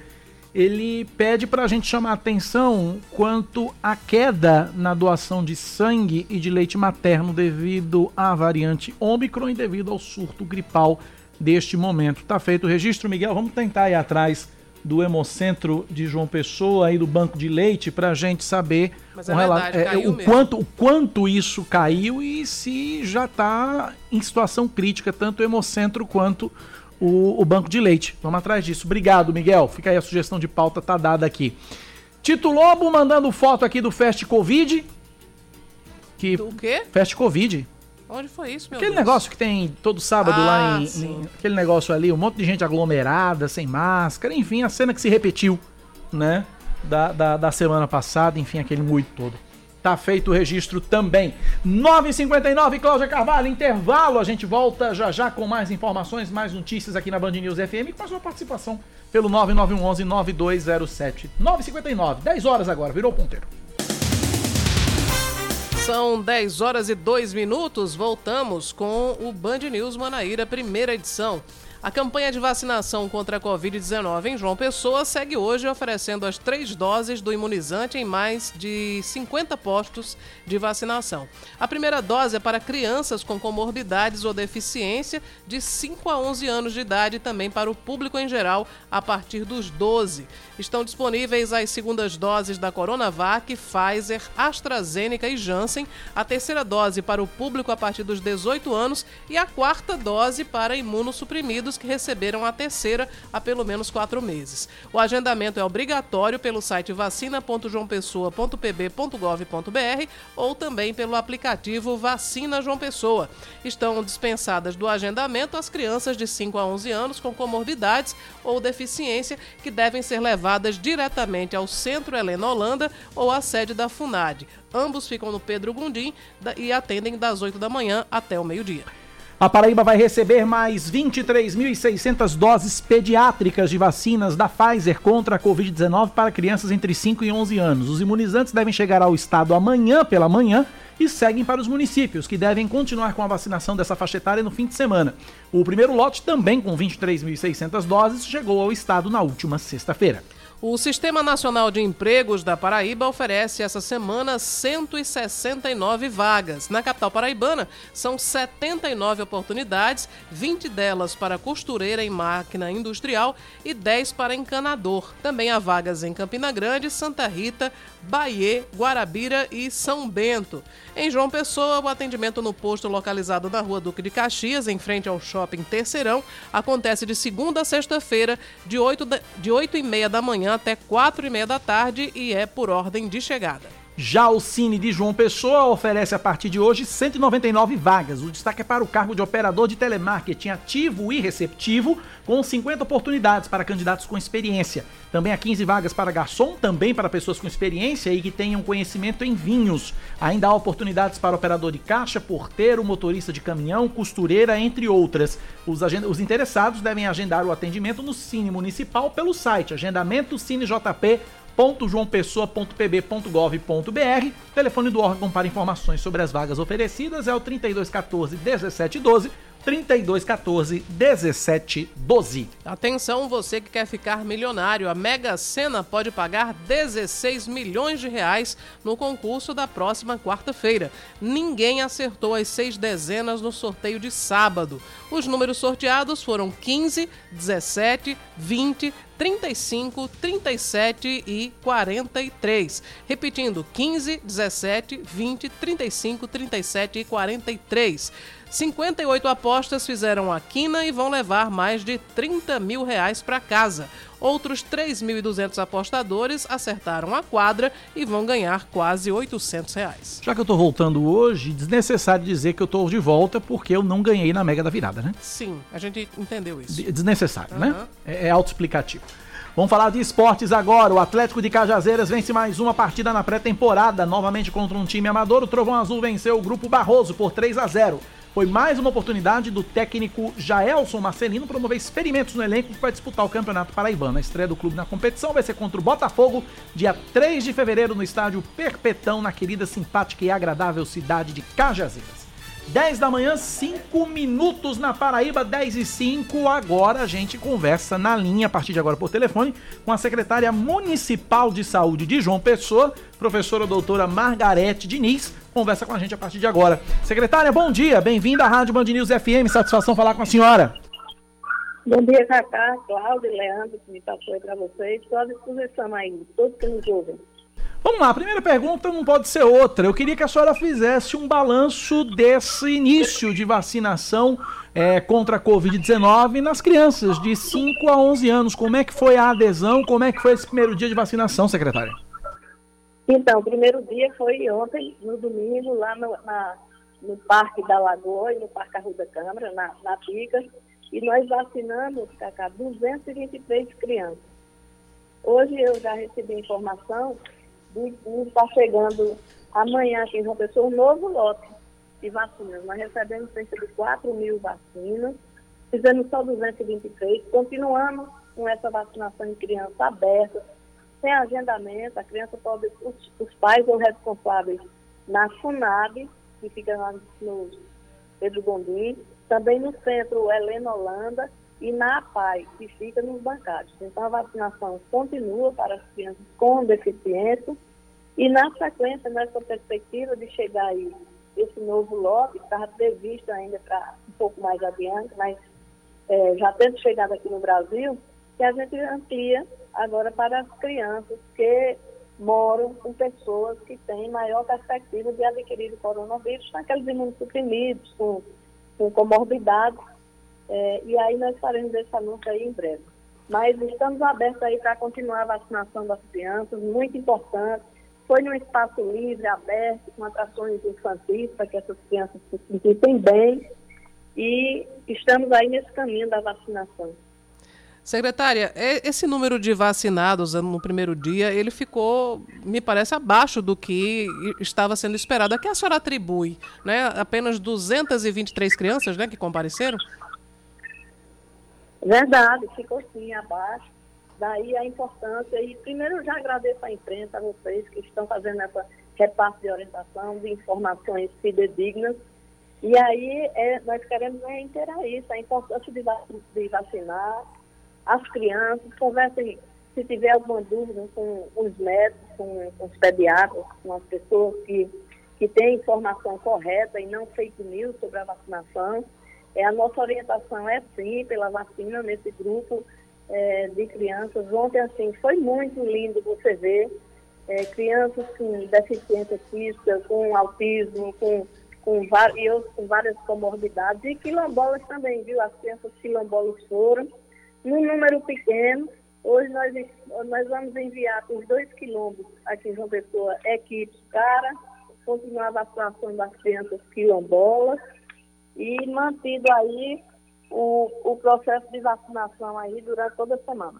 Ele pede para a gente chamar a atenção quanto à queda na doação de sangue e de leite materno devido à variante Ômicron e devido ao surto gripal deste momento. Tá feito o registro, Miguel. Vamos tentar ir atrás do Hemocentro de João Pessoa e do Banco de Leite para a gente saber Mas o, é verdade, é, o, quanto, o quanto isso caiu e se já está em situação crítica, tanto o Hemocentro quanto O, o Banco de Leite. Vamos atrás disso. Obrigado, Miguel. Fica aí a sugestão de pauta, tá dada aqui. Tito Lobo mandando foto aqui do Fest Covid. Que... Do quê? Fest Covid. Onde foi isso, meu Aquele Deus? negócio que tem todo sábado ah, lá em, sim. em... Aquele negócio ali, um monte de gente aglomerada, sem máscara. Enfim, a cena que se repetiu, né? Da, da, da semana passada. Enfim, aquele muito todo. Tá feito o registro também. nove e cinquenta e nove, Cláudia Carvalho, intervalo. A gente volta já já com mais informações, mais notícias aqui na Band News F M, com a sua participação pelo nove nove um um nove dois zero sete. nove e cinquenta e nove, dez horas agora, virou o ponteiro. São dez horas e dois minutos, voltamos com o Band News Manaíra, primeira edição. A campanha de vacinação contra a covid dezenove em João Pessoa segue hoje oferecendo as três doses do imunizante em mais de cinquenta postos de vacinação. A primeira dose é para crianças com comorbidades ou deficiência de cinco a onze anos de idade e também para o público em geral a partir dos doze. Estão disponíveis as segundas doses da Coronavac, Pfizer, AstraZeneca e Janssen, a terceira dose para o público a partir dos dezoito anos e a quarta dose para imunossuprimidos que receberam a terceira há pelo menos quatro meses. O agendamento é obrigatório pelo site vacina ponto joão pessoa ponto p b ponto gov ponto b r ou também pelo aplicativo Vacina João Pessoa. Estão dispensadas do agendamento as crianças de cinco a onze anos com comorbidades ou deficiência que devem ser levadas diretamente ao Centro Helena Holanda ou à sede da FUNAD. Ambos ficam no Pedro Gundim e atendem das oito da manhã até o meio-dia. A Paraíba vai receber mais vinte e três mil e seiscentas doses pediátricas de vacinas da Pfizer contra a covid dezenove para crianças entre cinco e onze anos. Os imunizantes devem chegar ao estado amanhã pela manhã e seguem para os municípios, que devem continuar com a vacinação dessa faixa etária no fim de semana. O primeiro lote, também com vinte e três mil e seiscentas doses, chegou ao estado na última sexta-feira. O Sistema Nacional de Empregos da Paraíba oferece essa semana cento e sessenta e nove vagas. Na capital paraibana, são setenta e nove oportunidades, vinte delas para costureira em máquina industrial e dez para encanador. Também há vagas em Campina Grande, Santa Rita, Bahia, Guarabira e São Bento. Em João Pessoa, o atendimento no posto localizado na Rua Duque de Caxias, em frente ao Shopping Terceirão, acontece de segunda a sexta-feira, de oito e meia da manhã até quatro e meia da tarde e é por ordem de chegada. Já o Cine de João Pessoa oferece a partir de hoje cento e noventa e nove vagas. O destaque é para o cargo de operador de telemarketing ativo e receptivo, com cinquenta oportunidades para candidatos com experiência. Também há quinze vagas para garçom, também para pessoas com experiência e que tenham conhecimento em vinhos. Ainda há oportunidades para operador de caixa, porteiro, motorista de caminhão, costureira, entre outras. Os, agend... Os interessados devem agendar o atendimento no Cine Municipal pelo site agendamento cinejp ponto joão pessoa ponto p b ponto gov ponto b r. Telefone do órgão para informações sobre as vagas oferecidas é o trinta e dois quatorze, dezessete doze, trinta e dois quatorze, dezessete doze. Atenção, você que quer ficar milionário, a Mega Sena pode pagar dezesseis milhões de reais no concurso da próxima quarta-feira. Ninguém acertou as seis dezenas no sorteio de sábado. Os números sorteados foram quinze, dezessete, vinte, trinta e cinco, trinta e sete e quarenta e três. Repetindo, quinze, dezessete, vinte, trinta e cinco, trinta e sete e quarenta e três. cinquenta e oito apostas fizeram a quina e vão levar mais de trinta mil reais para casa. Outros três mil e duzentos apostadores acertaram a quadra e vão ganhar quase oitocentos reais. Já que eu tô voltando hoje, desnecessário dizer que eu tô de volta porque eu não ganhei na Mega da Virada, né? Sim, a gente entendeu isso. Desnecessário, uhum. né? É, é autoexplicativo. Vamos falar de esportes agora. O Atlético de Cajazeiras vence mais uma partida na pré-temporada, novamente contra um time amador. O Trovão Azul venceu o Grupo Barroso por três a zero. Foi mais uma oportunidade do técnico Jaelson Marcelino promover experimentos no elenco que vai disputar o Campeonato Paraibano. A estreia do clube na competição vai ser contra o Botafogo, dia três de fevereiro, no estádio Perpetão, na querida, simpática e agradável cidade de Cajazeiras. dez da manhã, cinco minutos na Paraíba, dez e cinco. Agora a gente conversa na linha, a partir de agora por telefone, com a secretária municipal de saúde de João Pessoa, professora doutora Margarete Diniz. Conversa com a gente a partir de agora. Secretária, bom dia, bem-vinda à Rádio Band News F M, satisfação falar com a senhora. Bom dia, Cacá, Cláudio e Leandro, que me passou aí para vocês. Estou à disposição aí, todos que nos ouvem. Vamos lá, a primeira pergunta não pode ser outra. Eu queria que a senhora fizesse um balanço desse início de vacinação é, contra a covid dezenove nas crianças de cinco a onze anos. Como é que foi a adesão? Como é que foi esse primeiro dia de vacinação, secretária? Então, o primeiro dia foi ontem, no domingo, lá no, na, no Parque da Lagoa e no Parque Arruda Câmara, na, na Pica, e nós vacinamos, Cacá, duzentas e vinte e três crianças. Hoje eu já recebi informação de que está chegando amanhã aqui em João Pessoa um novo lote de vacinas. Nós recebemos cerca de quatro mil vacinas, fizemos só duzentas e vinte e três, continuamos com essa vacinação em crianças aberta, sem agendamento. A criança pode, os, os pais ou responsáveis na FUNAB, que fica lá no Pedro Gondim, também no centro Helena Holanda e na APAI, que fica nos bancários. Então a vacinação continua para as crianças com deficiência e na sequência, nessa perspectiva de chegar aí esse novo lote, estava previsto ainda para um pouco mais adiante, mas é, já tendo chegado aqui no Brasil, que a gente amplia agora para as crianças que moram com pessoas que têm maior perspectiva de adquirir o coronavírus, naqueles imunossuprimidos, com, com comorbidades, é, e aí nós faremos esse anúncio aí em breve. Mas estamos abertos aí para continuar a vacinação das crianças, muito importante. Foi num espaço livre, aberto, com atrações infantis, para que essas crianças se sentissem bem, e estamos aí nesse caminho da vacinação. Secretária, esse número de vacinados no primeiro dia, ele ficou, me parece, abaixo do que estava sendo esperado. A que a senhora atribui, né? Apenas duzentas e vinte e três crianças, né, que compareceram? Verdade, ficou sim abaixo. Daí a importância, e primeiro eu já agradeço à imprensa, a vocês que estão fazendo essa repasse de orientação, de informações fidedignas. E aí é, nós queremos reiterar isso, a importância de, vac- de vacinar as crianças. Conversem Se tiver alguma dúvida com os médicos, com, com os pediatras, com as pessoas que, que têm informação correta e não fake news sobre a vacinação, é, a nossa orientação é sim pela vacina nesse grupo é, de crianças. Ontem, assim, foi muito lindo você ver é, crianças com deficiência física, com autismo, com, com, vários, com várias comorbidades, e quilombolas também, viu? As crianças quilombolas foram, num número pequeno. Hoje nós, nós vamos enviar para os dois quilombos aqui em João Pessoa equipes para continuar a vacinação das crianças quilombolas e mantido aí o, o processo de vacinação aí durante toda a semana.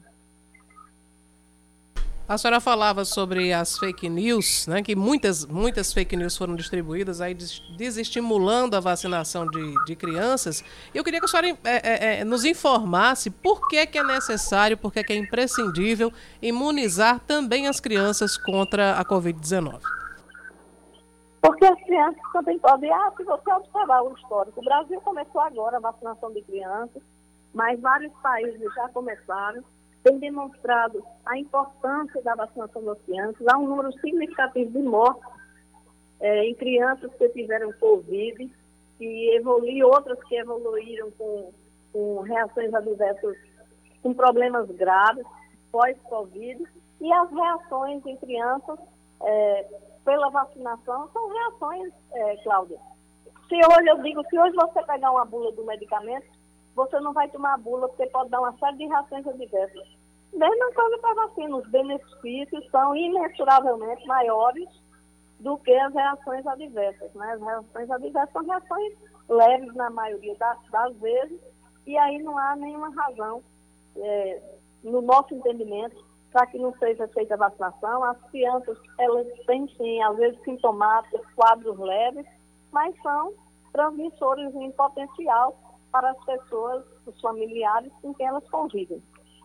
A senhora falava sobre as fake news, né, que muitas, muitas fake news foram distribuídas, aí des, desestimulando a vacinação de, de crianças. Eu queria que a senhora é, é, é, nos informasse por que, que é necessário, por que, que é imprescindível imunizar também as crianças contra a covid dezenove. Porque as crianças também podem, ah, se você observar o histórico, o Brasil começou agora a vacinação de crianças, mas vários países já começaram, tem demonstrado a importância da vacinação das crianças. Há um número significativo de mortes é, em crianças que tiveram Covid, que evoluíram, outras que evoluíram com, com reações adversas, com problemas graves, pós-Covid, e as reações em crianças é, pela vacinação são reações, é, Cláudia. Se hoje eu digo, se hoje você pegar uma bula do medicamento, você não vai tomar a bula, porque pode dar uma série de reações adversas. Mesma coisa para a vacina, os benefícios são imensuravelmente maiores do que as reações adversas, né? As reações adversas são reações leves na maioria das, das vezes, e aí não há nenhuma razão, é, no nosso entendimento, para que não seja feita a vacinação. As crianças, elas têm sim, às vezes, sintomáticos, quadros leves, mas são transmissores em potencial para as pessoas, os familiares com quem elas convivem.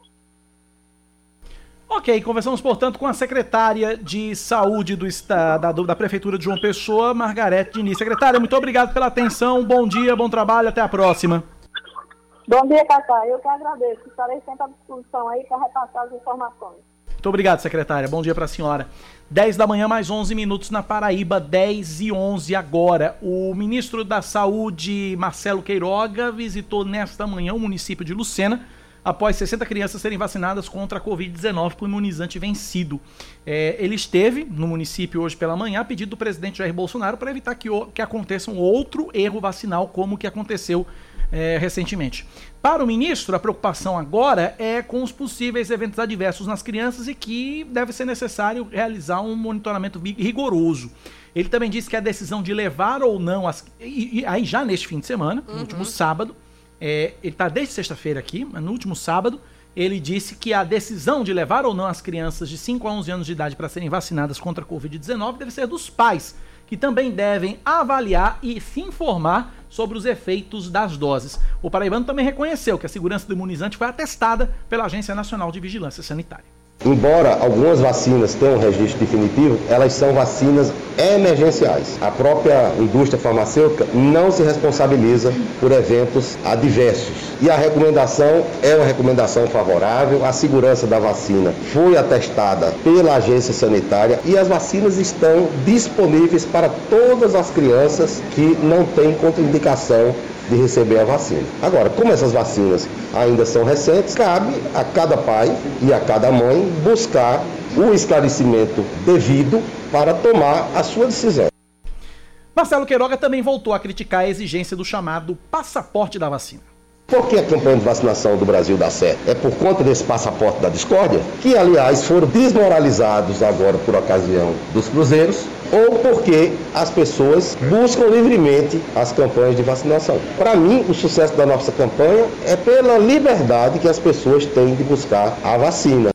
Ok, conversamos, portanto, com a secretária de Saúde do estado, da, da Prefeitura de João Pessoa, Margarete Diniz. Secretária, muito obrigado pela atenção, bom dia, bom trabalho, até a próxima. Bom dia, Cacá, eu que agradeço, estarei sempre à disposição aí para repassar as informações. Muito obrigado, secretária, bom dia para a senhora. dez da manhã, mais onze minutos na Paraíba, dez e onze agora. O ministro da Saúde, Marcelo Queiroga, visitou nesta manhã o município de Lucena, após sessenta crianças serem vacinadas contra a covid dezenove por imunizante vencido. É, ele esteve no município hoje pela manhã a pedido do presidente Jair Bolsonaro para evitar que, que aconteça um outro erro vacinal como o que aconteceu é, recentemente. Para o ministro, a preocupação agora é com os possíveis eventos adversos nas crianças e que deve ser necessário realizar um monitoramento rigoroso. Ele também disse que a decisão de levar ou não, as, e, e aí já neste fim de semana, uhum. no último sábado, É, ele está desde sexta-feira aqui, mas no último sábado, ele disse que a decisão de levar ou não as crianças de cinco a onze anos de idade para serem vacinadas contra a covid dezenove deve ser dos pais, que também devem avaliar e se informar sobre os efeitos das doses. O paraibano também reconheceu que a segurança do imunizante foi atestada pela Agência Nacional de Vigilância Sanitária. Embora algumas vacinas tenham um registro definitivo, elas são vacinas emergenciais. A própria indústria farmacêutica não se responsabiliza por eventos adversos. E a recomendação é uma recomendação favorável, a segurança da vacina foi atestada pela agência sanitária e as vacinas estão disponíveis para todas as crianças que não têm contraindicação de receber a vacina. Agora, como essas vacinas ainda são recentes, cabe a cada pai e a cada mãe buscar o esclarecimento devido para tomar a sua decisão. Marcelo Queiroga também voltou a criticar a exigência do chamado passaporte da vacina. Por que a campanha de vacinação do Brasil dá certo? É por conta desse passaporte da discórdia, que aliás foram desmoralizados agora por ocasião dos cruzeiros, ou porque as pessoas buscam livremente as campanhas de vacinação. Para mim, o sucesso da nossa campanha é pela liberdade que as pessoas têm de buscar a vacina.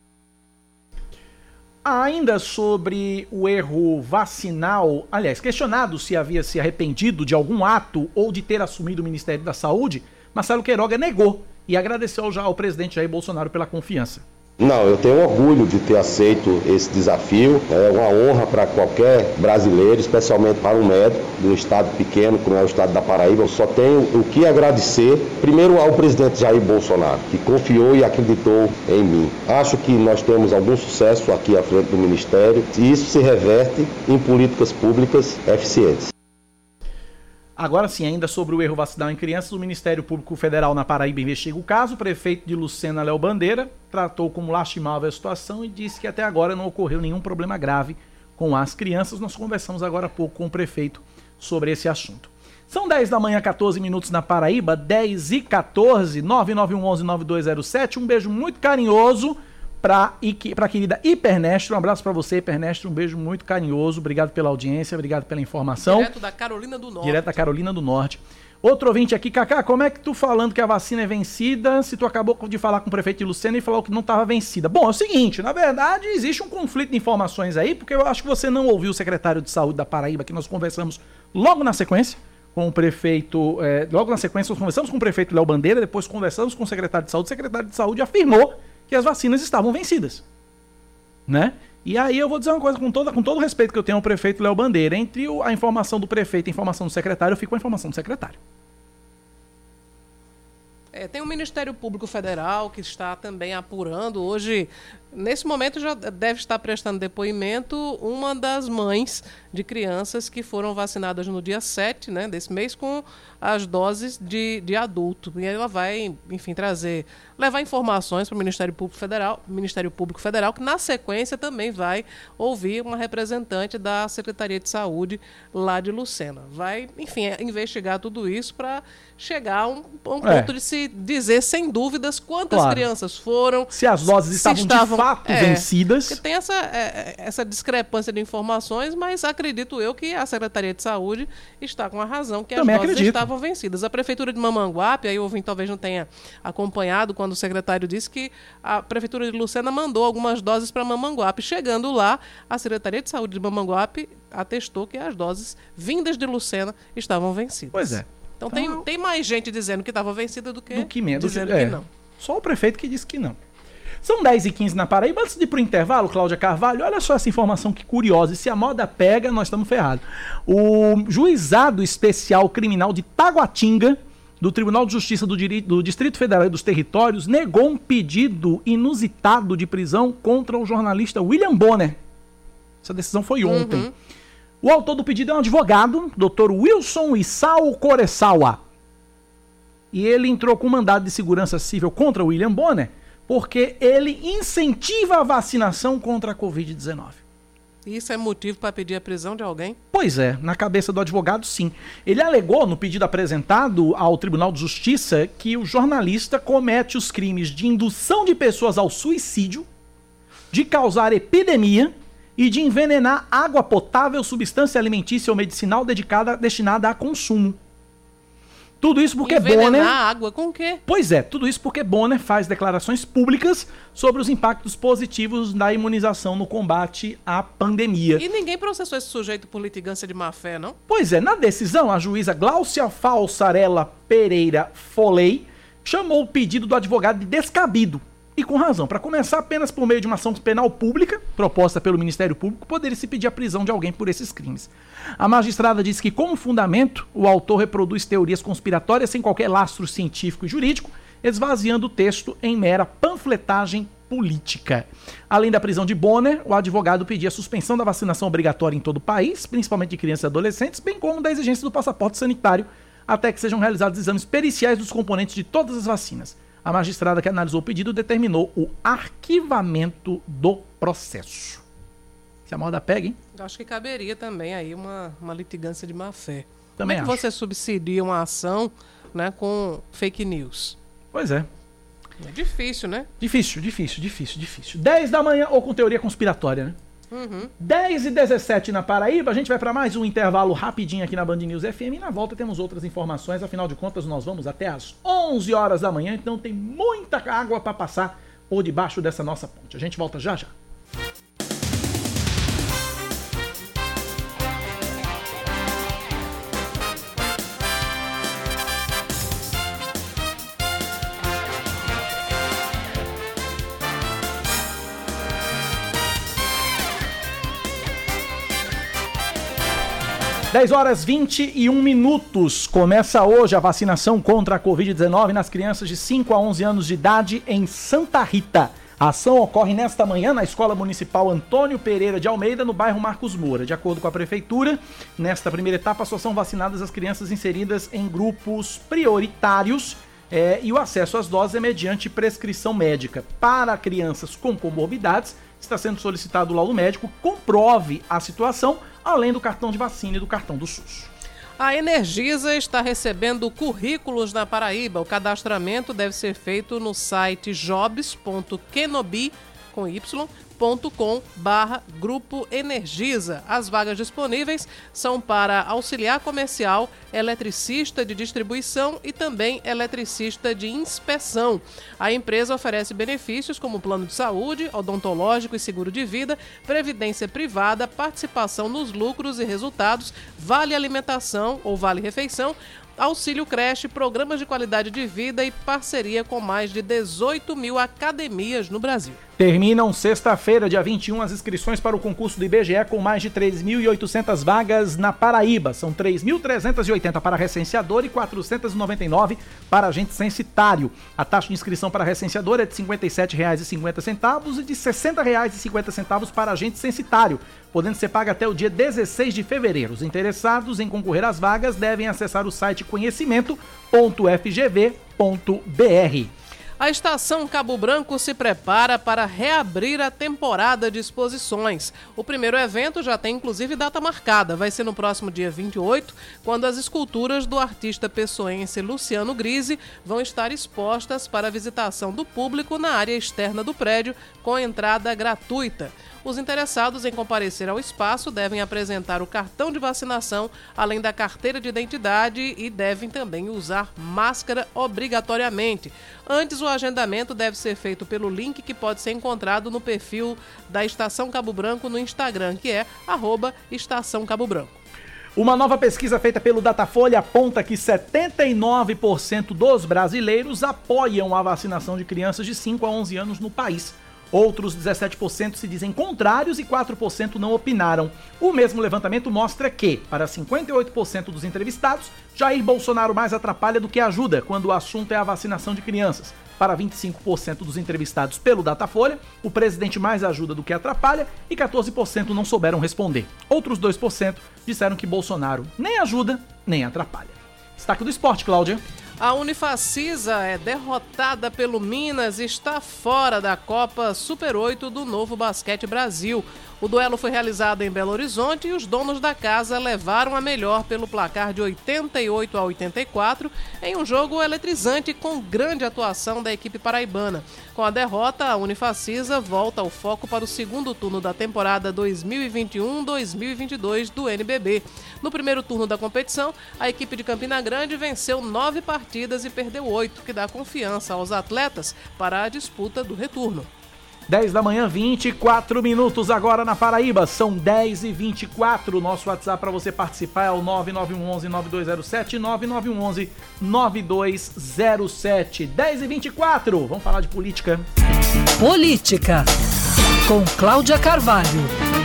Ainda sobre o erro vacinal, aliás, questionado se havia se arrependido de algum ato ou de ter assumido o Ministério da Saúde, Marcelo Queiroga negou e agradeceu já ao presidente Jair Bolsonaro pela confiança. Não, eu tenho orgulho de ter aceito esse desafio. É uma honra para qualquer brasileiro, especialmente para um médico de um estado pequeno, como é o estado da Paraíba. Eu só tenho o que agradecer, primeiro ao presidente Jair Bolsonaro, que confiou e acreditou em mim. Acho que nós temos algum sucesso aqui à frente do Ministério e isso se reverte em políticas públicas eficientes. Agora sim, ainda sobre o erro vacinal em crianças, o Ministério Público Federal na Paraíba investiga o caso. O prefeito de Lucena, Léo Bandeira, tratou como lastimável a situação e disse que até agora não ocorreu nenhum problema grave com as crianças. Nós conversamos agora há pouco com o prefeito sobre esse assunto. São dez da manhã, catorze minutos na Paraíba, dez e catorze, nove nove um um um nove dois zero sete. Um beijo muito carinhoso para a querida Hipernestre. Um abraço para você, Hipernestre. Um beijo muito carinhoso. Obrigado pela audiência, obrigado pela informação. Direto da Carolina do Norte. Direto da Carolina do Norte. Outro ouvinte aqui, Cacá, como é que tu falando que a vacina é vencida, se tu acabou de falar com o prefeito de Lucena e falou que não estava vencida? Bom, é o seguinte, na verdade existe um conflito de informações aí, porque eu acho que você não ouviu o secretário de Saúde da Paraíba, que nós conversamos logo na sequência com o prefeito, é, logo na sequência nós conversamos com o prefeito Léo Bandeira, depois conversamos com o secretário de Saúde, o secretário de Saúde afirmou que as vacinas estavam vencidas, né? E aí eu vou dizer uma coisa, com, toda, com todo o respeito que eu tenho ao prefeito Léo Bandeira, entre a informação do prefeito e a informação do secretário, eu fico com a informação do secretário. É, tem o Ministério Público Federal que está também apurando. Hoje, nesse momento, já deve estar prestando depoimento uma das mães de crianças que foram vacinadas no dia sete, né, desse mês com as doses de, de adulto. E ela vai, enfim, trazer, levar informações para o Ministério Público Federal, Ministério Público Federal, que na sequência também vai ouvir uma representante da Secretaria de Saúde lá de Lucena. Vai, enfim, investigar tudo isso para chegar a um, um ponto é. de se dizer sem dúvidas quantas claro. crianças foram. Se as doses estavam, estavam de fato é, vencidas. Porque tem essa, é, essa discrepância de informações, mas acredito eu que a Secretaria de Saúde está com a razão que Também as doses acredito. estavam vencidas. A Prefeitura de Mamanguape, aí o ouvinte talvez não tenha acompanhado quando o secretário disse que a Prefeitura de Lucena mandou algumas doses para Mamanguape. Chegando lá, a Secretaria de Saúde de Mamanguape atestou que as doses vindas de Lucena estavam vencidas. Pois é. Então, então tem, tem mais gente dizendo que estava vencida do que, do que menos, dizendo é. que não. Só o prefeito que disse que não. São dez e quinze na Paraíba. Antes de ir para o intervalo, Cláudia Carvalho, olha só essa informação que curiosa. E se a moda pega, nós estamos ferrados. O Juizado Especial Criminal de Taguatinga, do Tribunal de Justiça do, Diri- do Distrito Federal e dos Territórios, negou um pedido inusitado de prisão contra o jornalista William Bonner. Essa decisão foi ontem. Uhum. O autor do pedido é um advogado, doutor Wilson Isao Coressawa. E ele entrou com mandado de segurança civil contra o William Bonner porque ele incentiva a vacinação contra a covid dezenove. Isso é motivo para pedir a prisão de alguém? Pois é, na cabeça do advogado, sim. Ele alegou no pedido apresentado ao Tribunal de Justiça que o jornalista comete os crimes de indução de pessoas ao suicídio, de causar epidemia e de envenenar água potável, substância alimentícia ou medicinal dedicada, destinada a consumo. Tudo isso porque Envenenar Bonner... água com o quê? Pois é, tudo isso porque Bonner faz declarações públicas sobre os impactos positivos da imunização no combate à pandemia. E ninguém processou esse sujeito por litigância de má-fé, não? Pois é, na decisão, a juíza Gláucia Falsarella Pereira Foley chamou o pedido do advogado de descabido. E com razão. Para começar, apenas por meio de uma ação penal pública, proposta pelo Ministério Público, poderia-se pedir a prisão de alguém por esses crimes. A magistrada disse que, como fundamento, o autor reproduz teorias conspiratórias sem qualquer lastro científico e jurídico, esvaziando o texto em mera panfletagem política. Além da prisão de Bonner, o advogado pedia a suspensão da vacinação obrigatória em todo o país, principalmente de crianças e adolescentes, bem como da exigência do passaporte sanitário, até que sejam realizados exames periciais dos componentes de todas as vacinas. A magistrada que analisou o pedido determinou o arquivamento do processo. Se a moda pega, hein? Eu acho que caberia também aí uma, uma litigância de má-fé. Também Como é que acho. você subsidia uma ação, né, com fake news? Pois é. É difícil, né? Difícil, difícil, difícil, difícil. dez da manhã ou com teoria conspiratória, né? Uhum. dez e dezessete na Paraíba, a gente vai para mais um intervalo rapidinho aqui na Band News F M e na volta temos outras informações, afinal de contas nós vamos até às onze horas da manhã, então tem muita água para passar por debaixo dessa nossa ponte. A gente volta já já. dez horas e vinte e um minutos. Começa hoje a vacinação contra a covid dezenove nas crianças de cinco a onze anos de idade em Santa Rita. A ação ocorre nesta manhã na Escola Municipal Antônio Pereira de Almeida, no bairro Marcos Moura. De acordo com a Prefeitura, nesta primeira etapa só são vacinadas as crianças inseridas em grupos prioritários é, e o acesso às doses é mediante prescrição médica. Para crianças com comorbidades, está sendo solicitado o laudo médico, comprove a situação, além do cartão de vacina e do cartão do SUS. A Energisa está recebendo currículos na Paraíba. O cadastramento deve ser feito no site jobs ponto kenobi com y ponto com barra Grupo Energisa. As vagas disponíveis são para auxiliar comercial, eletricista de distribuição e também eletricista de inspeção. A empresa oferece benefícios como plano de saúde, odontológico e seguro de vida, previdência privada, participação nos lucros e resultados, vale alimentação ou vale refeição, auxílio creche, programas de qualidade de vida e parceria com mais de dezoito mil academias no Brasil. Terminam sexta-feira, dia vinte e um, as inscrições para o concurso do I B G E com mais de três mil e oitocentas vagas na Paraíba. São três mil trezentas e oitenta para recenseador e quatrocentas e noventa e nove para agente censitário. A taxa de inscrição para recenseador é de cinquenta e sete reais e cinquenta centavos e de sessenta reais e cinquenta centavos para agente censitário, podendo ser paga até o dia dezesseis de fevereiro. Os interessados em concorrer às vagas devem acessar o site conhecimento ponto f g v ponto b r. A Estação Cabo Branco se prepara para reabrir a temporada de exposições. O primeiro evento já tem inclusive data marcada. Vai ser no próximo dia vinte e oito, quando as esculturas do artista pessoense Luciano Grise vão estar expostas para visitação do público na área externa do prédio, com entrada gratuita. Os interessados em comparecer ao espaço devem apresentar o cartão de vacinação, além da carteira de identidade, e devem também usar máscara obrigatoriamente. Antes, o agendamento deve ser feito pelo link que pode ser encontrado no perfil da Estação Cabo Branco no Instagram, que é arroba Estação Cabo Branco. Uma nova pesquisa feita pelo Datafolha aponta que setenta e nove por cento dos brasileiros apoiam a vacinação de crianças de cinco a onze anos no país. Outros dezessete por cento se dizem contrários e quatro por cento não opinaram. O mesmo levantamento mostra que, para cinquenta e oito por cento dos entrevistados, Jair Bolsonaro mais atrapalha do que ajuda quando o assunto é a vacinação de crianças. Para vinte e cinco por cento dos entrevistados pelo Datafolha, o presidente mais ajuda do que atrapalha e quatorze por cento não souberam responder. Outros dois por cento disseram que Bolsonaro nem ajuda, nem atrapalha. Destaque do esporte, Cláudia. A Unifacisa é derrotada pelo Minas e está fora da Copa Super oito do Novo Basquete Brasil. O duelo foi realizado em Belo Horizonte e os donos da casa levaram a melhor pelo placar de oitenta e oito a oitenta e quatro em um jogo eletrizante com grande atuação da equipe paraibana. Com a derrota, a Unifacisa volta ao foco para o segundo turno da temporada dois mil e vinte e um dois mil e vinte e dois do N B B. No primeiro turno da competição, a equipe de Campina Grande venceu nove partidas e perdeu oito, que dá confiança aos atletas para a disputa do retorno. dez da manhã, vinte e quatro minutos agora na Paraíba. São dez e vinte e quatro. Nosso WhatsApp para você participar é o nove nove um um nove dois zero sete, nove nove um um nove dois zero sete. dez e vinte e quatro. Vamos falar de política. Política, com Cláudia Carvalho.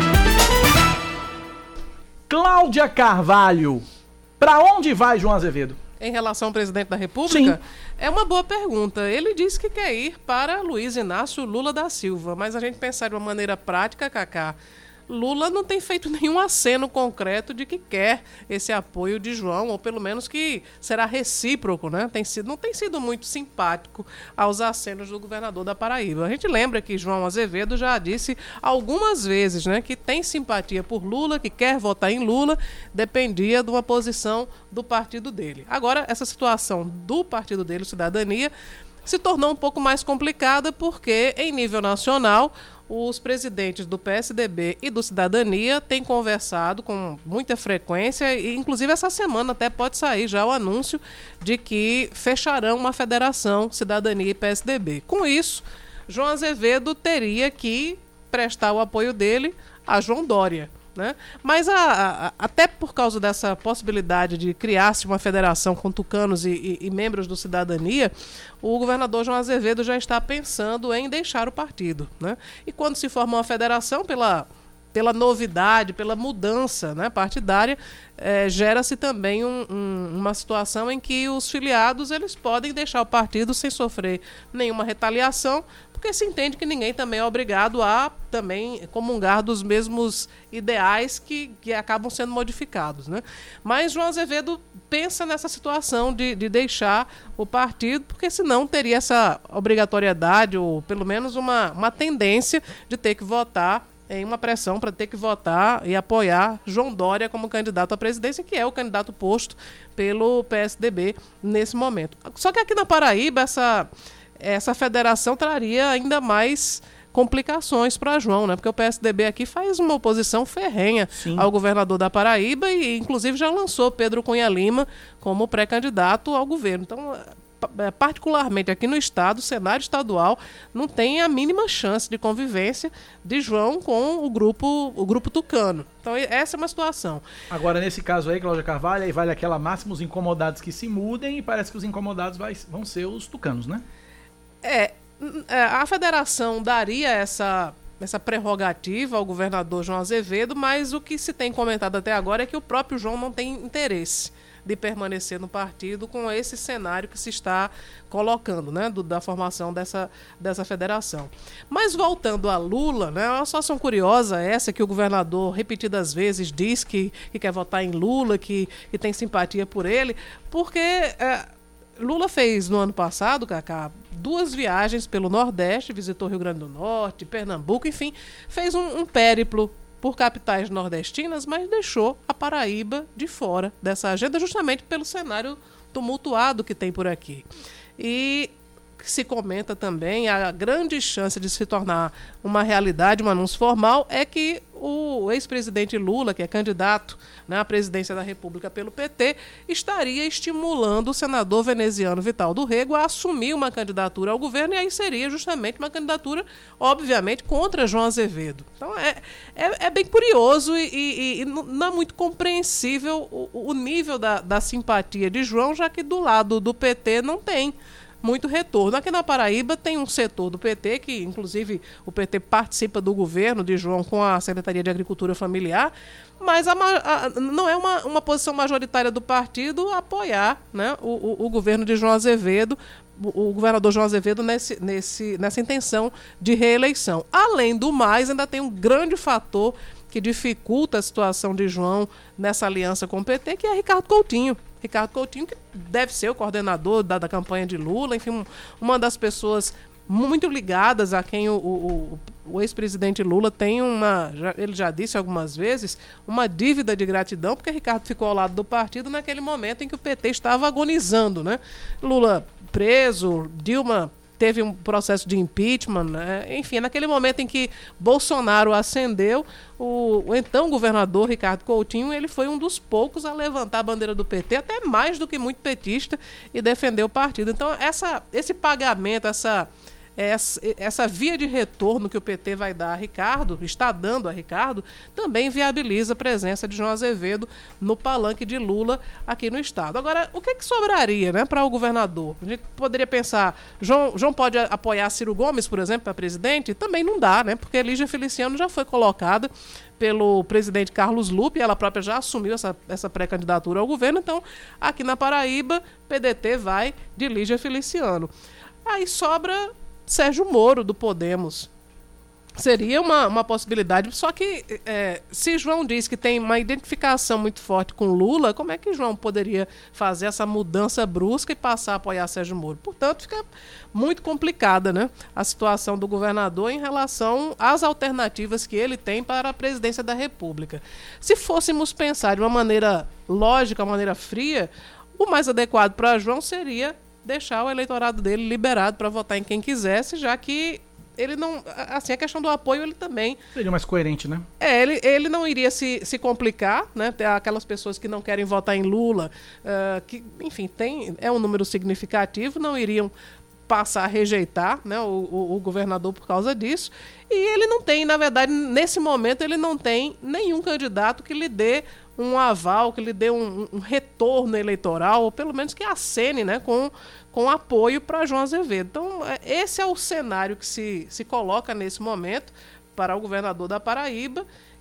Cláudia Carvalho, para onde vai João Azevedo? Em relação ao presidente da República? Sim. É uma boa pergunta. Ele disse que quer ir para Luiz Inácio Lula da Silva, mas a gente pensar de uma maneira prática, Cacá, Lula não tem feito nenhum aceno concreto de que quer esse apoio de João, ou pelo menos que será recíproco, né? Tem sido, não tem sido muito simpático aos acenos do governador da Paraíba. A gente lembra que João Azevedo já disse algumas vezes, né, que tem simpatia por Lula, que quer votar em Lula, dependia de uma posição do partido dele. Agora, essa situação do partido dele, Cidadania, se tornou um pouco mais complicada porque, em nível nacional, os presidentes do P S D B e do Cidadania têm conversado com muita frequência e, inclusive, essa semana até pode sair já o anúncio de que fecharão uma federação Cidadania e P S D B. Com isso, João Azevedo teria que prestar o apoio dele a João Dória, né? Mas a, a, até por causa dessa possibilidade de criar-se uma federação com tucanos e, e, e membros do Cidadania, o governador João Azevedo já está pensando em deixar o partido, né? E quando se forma uma federação, pela pela novidade, pela mudança, né, partidária, é, gera-se também um, um, uma situação em que os filiados eles podem deixar o partido sem sofrer nenhuma retaliação, porque se entende que ninguém também é obrigado a também comungar dos mesmos ideais que, que acabam sendo modificados, né? Mas João Azevedo pensa nessa situação de, de deixar o partido, porque senão teria essa obrigatoriedade, ou pelo menos uma, uma tendência de ter que votar, em uma pressão para ter que votar e apoiar João Dória como candidato à presidência, que é o candidato posto pelo P S D B nesse momento. Só que aqui na Paraíba, essa, essa federação traria ainda mais complicações para João, né? Porque o P S D B aqui faz uma oposição ferrenha Sim. ao governador da Paraíba e, inclusive, já lançou Pedro Cunha Lima como pré-candidato ao governo. Então, particularmente aqui no estado, o cenário estadual não tem a mínima chance de convivência de João com o grupo, o grupo tucano. Então essa é uma situação. Agora, nesse caso aí, Cláudia Carvalho, aí vale aquela máxima, os incomodados que se mudem, e parece que os incomodados vai, vão ser os tucanos, né? É, a federação daria essa, essa prerrogativa ao governador João Azevedo, mas o que se tem comentado até agora é que o próprio João não tem interesse de permanecer no partido com esse cenário que se está colocando, né, do, da formação dessa, dessa federação. Mas voltando a Lula, né, é uma situação curiosa essa, que o governador repetidas vezes diz que, que quer votar em Lula, que, que tem simpatia por ele, porque é, Lula fez no ano passado, Cacá, duas viagens pelo Nordeste, visitou Rio Grande do Norte, Pernambuco, enfim, fez um, um périplo por capitais nordestinas, mas deixou a Paraíba de fora dessa agenda, justamente pelo cenário tumultuado que tem por aqui. E se comenta também a grande chance de se tornar uma realidade, um anúncio formal, é que o ex-presidente Lula, que é candidato, né, à presidência da República pelo P T, estaria estimulando o senador veneziano Vital do Rego a assumir uma candidatura ao governo, e aí seria justamente uma candidatura, obviamente, contra João Azevedo. Então é, é, é bem curioso e, e, e não é muito compreensível o, o nível da, da simpatia de João, já que do lado do P T não tem muito retorno. Aqui na Paraíba tem um setor do P T, que inclusive o P T participa do governo de João com a Secretaria de Agricultura Familiar, mas a, a, não é uma, uma posição majoritária do partido apoiar, né, o, o, o governo de João Azevedo, o, o governador João Azevedo nesse, nesse, nessa intenção de reeleição. Além do mais, ainda tem um grande fator que dificulta a situação de João nessa aliança com o P T, que é Ricardo Coutinho. Ricardo Coutinho, que deve ser o coordenador da, da campanha de Lula, enfim, uma das pessoas muito ligadas a quem o, o, o ex-presidente Lula tem uma, já, ele já disse algumas vezes, uma dívida de gratidão, porque Ricardo ficou ao lado do partido naquele momento em que o P T estava agonizando, né? Lula preso, Dilma teve um processo de impeachment, né? Enfim, naquele momento em que Bolsonaro ascendeu, o, o então governador Ricardo Coutinho, ele foi um dos poucos a levantar a bandeira do P T, até mais do que muito petista, e defender o partido. Então, essa, esse pagamento, essa, essa, essa via de retorno que o P T vai dar a Ricardo, está dando a Ricardo, também viabiliza a presença de João Azevedo no palanque de Lula aqui no estado. Agora, o que, que sobraria, né, para o governador? A gente poderia pensar, João, João pode apoiar Ciro Gomes, por exemplo, para presidente? Também não dá, né, porque Lígia Feliciano já foi colocada pelo presidente Carlos Lupe, ela própria já assumiu essa, essa pré-candidatura ao governo, então aqui na Paraíba, P D T vai de Lígia Feliciano. Aí sobra Sérgio Moro, do Podemos. Seria uma, uma possibilidade, só que é, se João diz que tem uma identificação muito forte com Lula, como é que João poderia fazer essa mudança brusca e passar a apoiar Sérgio Moro? Portanto, fica muito complicada, né, a situação do governador em relação às alternativas que ele tem para a presidência da República. Se fôssemos pensar de uma maneira lógica, uma maneira fria, o mais adequado para João seria deixar o eleitorado dele liberado para votar em quem quisesse, já que ele não, assim, a questão do apoio ele também seria mais coerente, né? É, ele, ele não iria se, se complicar, né? Tem aquelas pessoas que não querem votar em Lula, uh, que, enfim, tem, é um número significativo, não iriam passar a rejeitar, né, o, o, o governador por causa disso. E ele não tem, na verdade, nesse momento, ele não tem nenhum candidato que lhe dê um aval, que lhe dê um, um retorno eleitoral, ou pelo menos que acene, né, com, com apoio para João Azevedo. Então, esse é o cenário que se, se coloca nesse momento para o governador da Paraíba,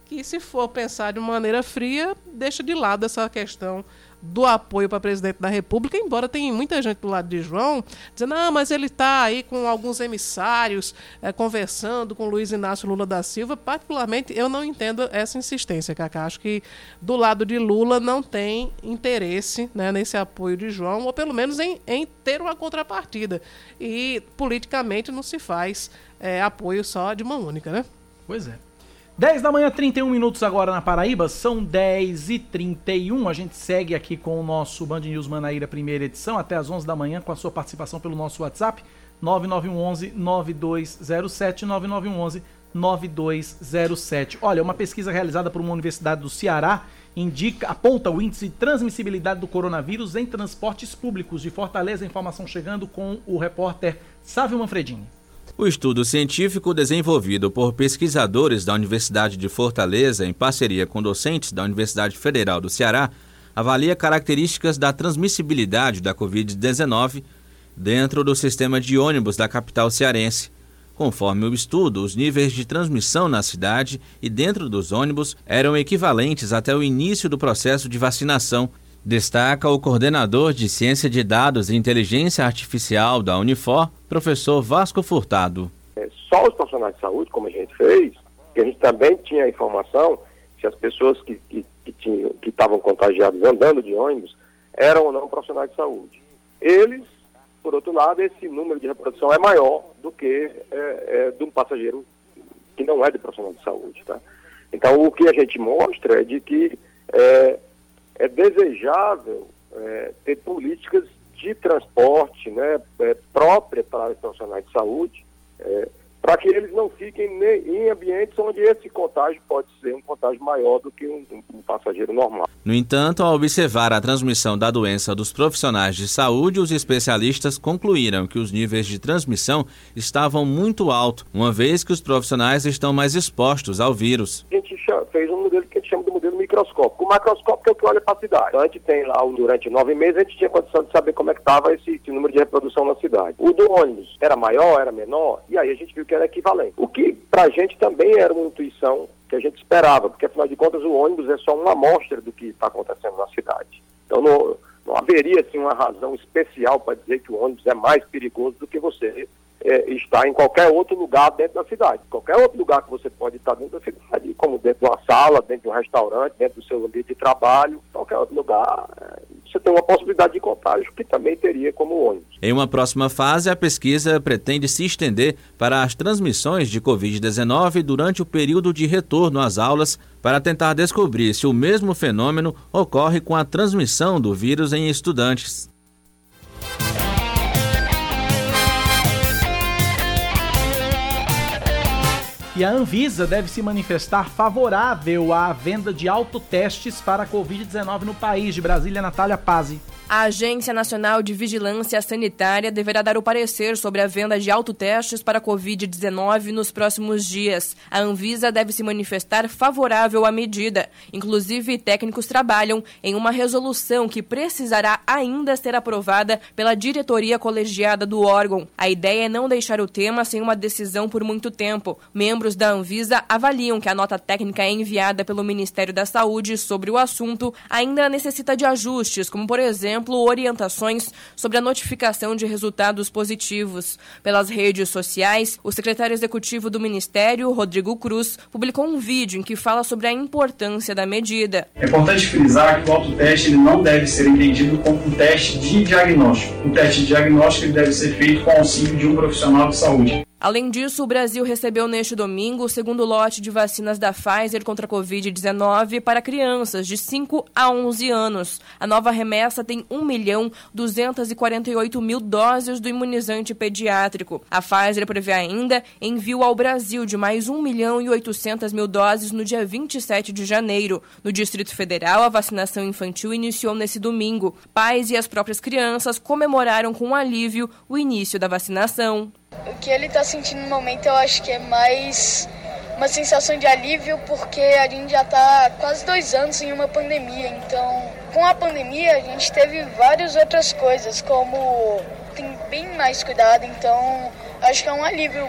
que, se for pensar de maneira fria, deixa de lado essa questão do apoio para presidente da República, embora tenha muita gente do lado de João dizendo, não, mas ele está aí com alguns emissários, é, conversando com Luiz Inácio Lula da Silva. Particularmente, eu não entendo essa insistência, Cacá. Acho que do lado de Lula não tem interesse, né, nesse apoio de João, ou pelo menos em, em ter uma contrapartida. E politicamente não se faz é, apoio só de mão única, né? Pois é. dez da manhã, trinta e um minutos agora na Paraíba, são dez e trinta e um. A gente segue aqui com o nosso Band News Manaíra primeira edição, até às onze da manhã, com a sua participação pelo nosso WhatsApp, nove nove um um nove dois zero sete, nove nove um um nove dois zero sete. Olha, uma pesquisa realizada por uma universidade do Ceará indica, aponta o índice de transmissibilidade do coronavírus em transportes públicos de Fortaleza. A informação chegando com o repórter Sávio Manfredini. O estudo científico, desenvolvido por pesquisadores da Universidade de Fortaleza em parceria com docentes da Universidade Federal do Ceará, avalia características da transmissibilidade da covid dezenove dentro do sistema de ônibus da capital cearense. Conforme o estudo, os níveis de transmissão na cidade e dentro dos ônibus eram equivalentes até o início do processo de vacinação, destaca o coordenador de Ciência de Dados e Inteligência Artificial da Unifor, professor Vasco Furtado. É, só os profissionais de saúde, como a gente fez, que a gente também tinha a informação se as pessoas que que que tinham, que estavam contagiadas andando de ônibus eram ou não profissionais de saúde. Eles, por outro lado, esse número de reprodução é maior do que é, é, de um passageiro que não é de profissional de saúde, tá? Então, o que a gente mostra é de que é, é desejável é, ter políticas de transporte, né, é, própria para os profissionais de saúde, é, para que eles não fiquem em ambientes onde esse contágio pode ser um contágio maior do que um, um passageiro normal. No entanto, ao observar a transmissão da doença dos profissionais de saúde, os especialistas concluíram que os níveis de transmissão estavam muito altos, uma vez que os profissionais estão mais expostos ao vírus. A gente fez um modelo que a gente chama de modelo microscópico. O macroscópico é o que olha para a cidade. Então, a gente tem lá, durante nove meses, a gente tinha condição de saber como é que estava esse, esse número de reprodução na cidade. O do ônibus era maior, era menor, e aí a gente viu que era equivalente. O que, para a gente, também era uma intuição que a gente esperava, porque, afinal de contas, o ônibus é só uma amostra do que está acontecendo na cidade. Então, não, não haveria, assim, uma razão especial para dizer que o ônibus é mais perigoso do que você é, estar em qualquer outro lugar dentro da cidade. Qualquer outro lugar que você pode estar dentro da cidade, como dentro de uma sala, dentro de um restaurante, dentro do seu ambiente de trabalho, qualquer outro lugar, você tem uma possibilidade de contágio que também teria como ônibus. Em uma próxima fase, a pesquisa pretende se estender para as transmissões de covid dezenove durante o período de retorno às aulas, para tentar descobrir se o mesmo fenômeno ocorre com a transmissão do vírus em estudantes. E a Anvisa deve se manifestar favorável à venda de autotestes para a covid dezenove no país. De Brasília, Natália Pazzi. A Agência Nacional de Vigilância Sanitária deverá dar o parecer sobre a venda de autotestes para a covid dezenove nos próximos dias. A Anvisa deve se manifestar favorável à medida. Inclusive, técnicos trabalham em uma resolução que precisará ainda ser aprovada pela diretoria colegiada do órgão. A ideia é não deixar o tema sem uma decisão por muito tempo. Membros da Anvisa avaliam que a nota técnica enviada pelo Ministério da Saúde sobre o assunto ainda necessita de ajustes, como, por exemplo, orientações sobre a notificação de resultados positivos. Pelas redes sociais, o secretário executivo do Ministério, Rodrigo Cruz, publicou um vídeo em que fala sobre a importância da medida. É importante frisar que o autoteste ele não deve ser entendido como um teste de diagnóstico. O teste de diagnóstico ele deve ser feito com o auxílio de um profissional de saúde. Além disso, o Brasil recebeu neste domingo o segundo lote de vacinas da Pfizer contra a covid dezenove para crianças de cinco a onze anos. A nova remessa tem um milhão duzentos e quarenta e oito mil doses do imunizante pediátrico. A Pfizer prevê ainda envio ao Brasil de mais um milhão e oitocentas mil doses no dia vinte e sete de janeiro. No Distrito Federal, a vacinação infantil iniciou nesse domingo. Pais e as próprias crianças comemoraram com alívio o início da vacinação. O que ele está sentindo no momento, eu acho que é mais uma sensação de alívio, porque a gente já está quase dois anos em uma pandemia. Então, com a pandemia, a gente teve várias outras coisas, como tem bem mais cuidado. Então, acho que é um alívio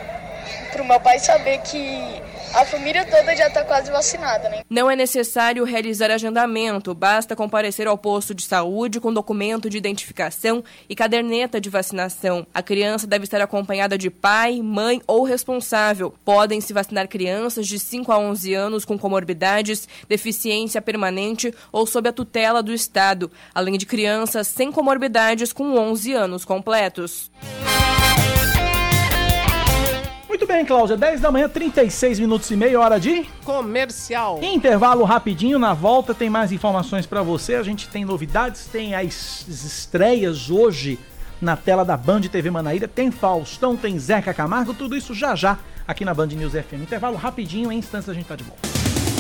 pro meu pai saber que a família toda já está quase vacinada, né? Não é necessário realizar agendamento, basta comparecer ao posto de saúde com documento de identificação e caderneta de vacinação. A criança deve estar acompanhada de pai, mãe ou responsável. Podem se vacinar crianças de cinco a onze anos com comorbidades, deficiência permanente ou sob a tutela do Estado, além de crianças sem comorbidades com onze anos completos. Muito bem, Cláudia, dez da manhã, trinta e seis minutos e meia, hora de... Comercial. Intervalo rapidinho, na volta tem mais informações pra você, a gente tem novidades, tem as estreias hoje na tela da Band T V Manaíra, tem Faustão, tem Zeca Camargo, tudo isso já já aqui na Band News F M. Intervalo rapidinho, em instantes a gente tá de volta.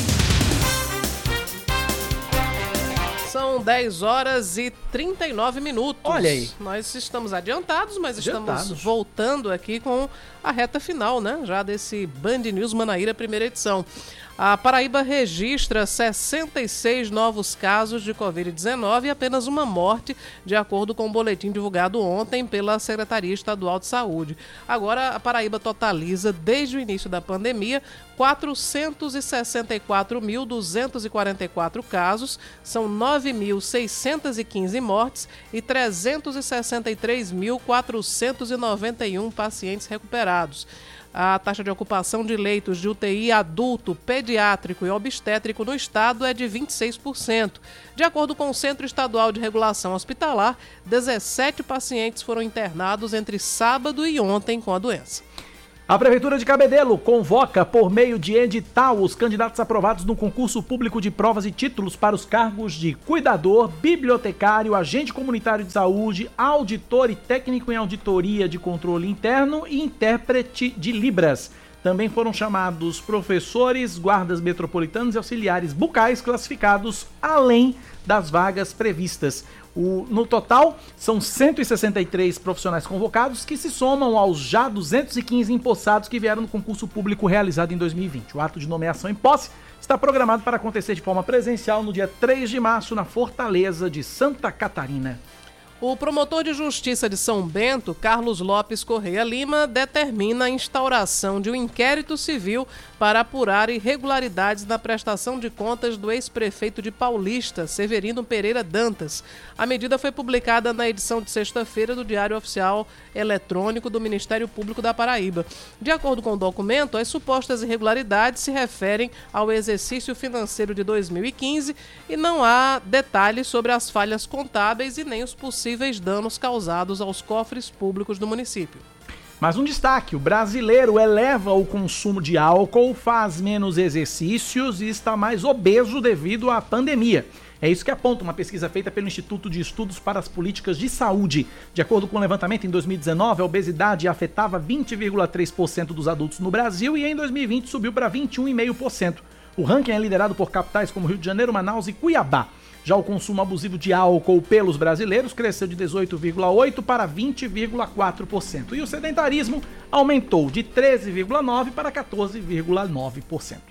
São dez horas e trinta e nove minutos. Olha aí. Nós estamos adiantados, mas Adiantados. estamos voltando aqui com a reta final, né? Já desse Band News Manaíra, primeira edição. A Paraíba registra sessenta e seis novos casos de covid dezenove e apenas uma morte, de acordo com o boletim divulgado ontem pela Secretaria Estadual de Saúde. Agora, a Paraíba totaliza, desde o início da pandemia, quatrocentos e sessenta e quatro mil duzentos e quarenta e quatro casos, são nove mil seiscentos e quinze mortes e trezentos e sessenta e três mil quatrocentos e noventa e um pacientes recuperados. A taxa de ocupação de leitos de U T I adulto, pediátrico e obstétrico no estado é de vinte e seis por cento. De acordo com o Centro Estadual de Regulação Hospitalar, dezessete pacientes foram internados entre sábado e ontem com a doença. A Prefeitura de Cabedelo convoca, por meio de edital, os candidatos aprovados no concurso público de provas e títulos para os cargos de cuidador, bibliotecário, agente comunitário de saúde, auditor e técnico em auditoria de controle interno e intérprete de Libras. Também foram chamados professores, guardas metropolitanos e auxiliares bucais classificados além das vagas previstas. O, no total, são cento e sessenta e três profissionais convocados que se somam aos já duzentos e quinze empossados que vieram no concurso público realizado em dois mil e vinte. O ato de nomeação em posse está programado para acontecer de forma presencial no dia três de março na Fortaleza de Santa Catarina. O promotor de justiça de São Bento, Carlos Lopes Correia Lima, determina a instauração de um inquérito civil para apurar irregularidades na prestação de contas do ex-prefeito de Paulista, Severino Pereira Dantas. A medida foi publicada na edição de sexta-feira do Diário Oficial Eletrônico do Ministério Público da Paraíba. De acordo com o documento, as supostas irregularidades se referem ao exercício financeiro de dois mil e quinze e não há detalhes sobre as falhas contábeis e nem os possíveis danos causados aos cofres públicos do município. Mas um destaque, o brasileiro eleva o consumo de álcool, faz menos exercícios e está mais obeso devido à pandemia. É isso que aponta uma pesquisa feita pelo Instituto de Estudos para as Políticas de Saúde. De acordo com o levantamento, em dois mil e dezenove, a obesidade afetava vinte vírgula três por cento dos adultos no Brasil e em dois mil e vinte subiu para vinte e um vírgula cinco por cento. O ranking é liderado por capitais como Rio de Janeiro, Manaus e Cuiabá. Já o consumo abusivo de álcool pelos brasileiros cresceu de dezoito vírgula oito por cento para vinte vírgula quatro por cento. E o sedentarismo aumentou de treze vírgula nove por cento para quatorze vírgula nove por cento.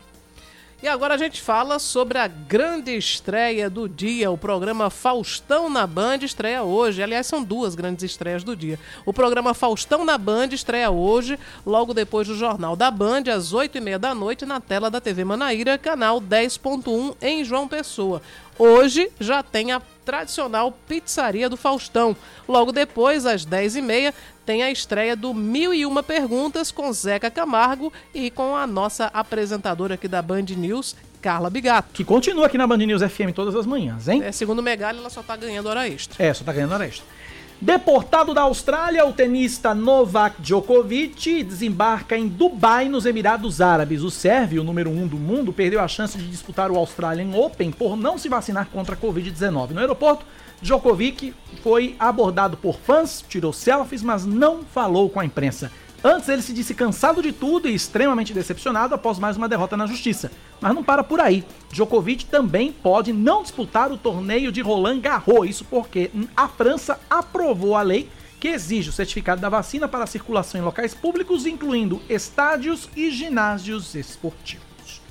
E agora a gente fala sobre a grande estreia do dia. O programa Faustão na Band estreia hoje. Aliás, são duas grandes estreias do dia. O programa Faustão na Band estreia hoje, logo depois do Jornal da Band, às oito e meia da noite, na tela da T V Manaíra, canal dez ponto um, em João Pessoa. Hoje já tem a tradicional Pizzaria do Faustão. Logo depois, às dez e meia, tem a estreia do Mil e Uma Perguntas com Zeca Camargo e com a nossa apresentadora aqui da Band News, Carla Bigato. Que continua aqui na Band News F M todas as manhãs, hein? É, segundo o Megali, ela só tá ganhando hora extra. É, só tá ganhando hora extra. Deportado da Austrália, o tenista Novak Djokovic desembarca em Dubai, nos Emirados Árabes. O sérvio, número um do mundo, perdeu a chance de disputar o Australian Open por não se vacinar contra a covid dezenove. No aeroporto, Djokovic foi abordado por fãs, tirou selfies, mas não falou com a imprensa. Antes ele se disse cansado de tudo e extremamente decepcionado após mais uma derrota na justiça. Mas não para por aí. Djokovic também pode não disputar o torneio de Roland Garros. Isso porque a França aprovou a lei que exige o certificado da vacina para a circulação em locais públicos, incluindo estádios e ginásios esportivos.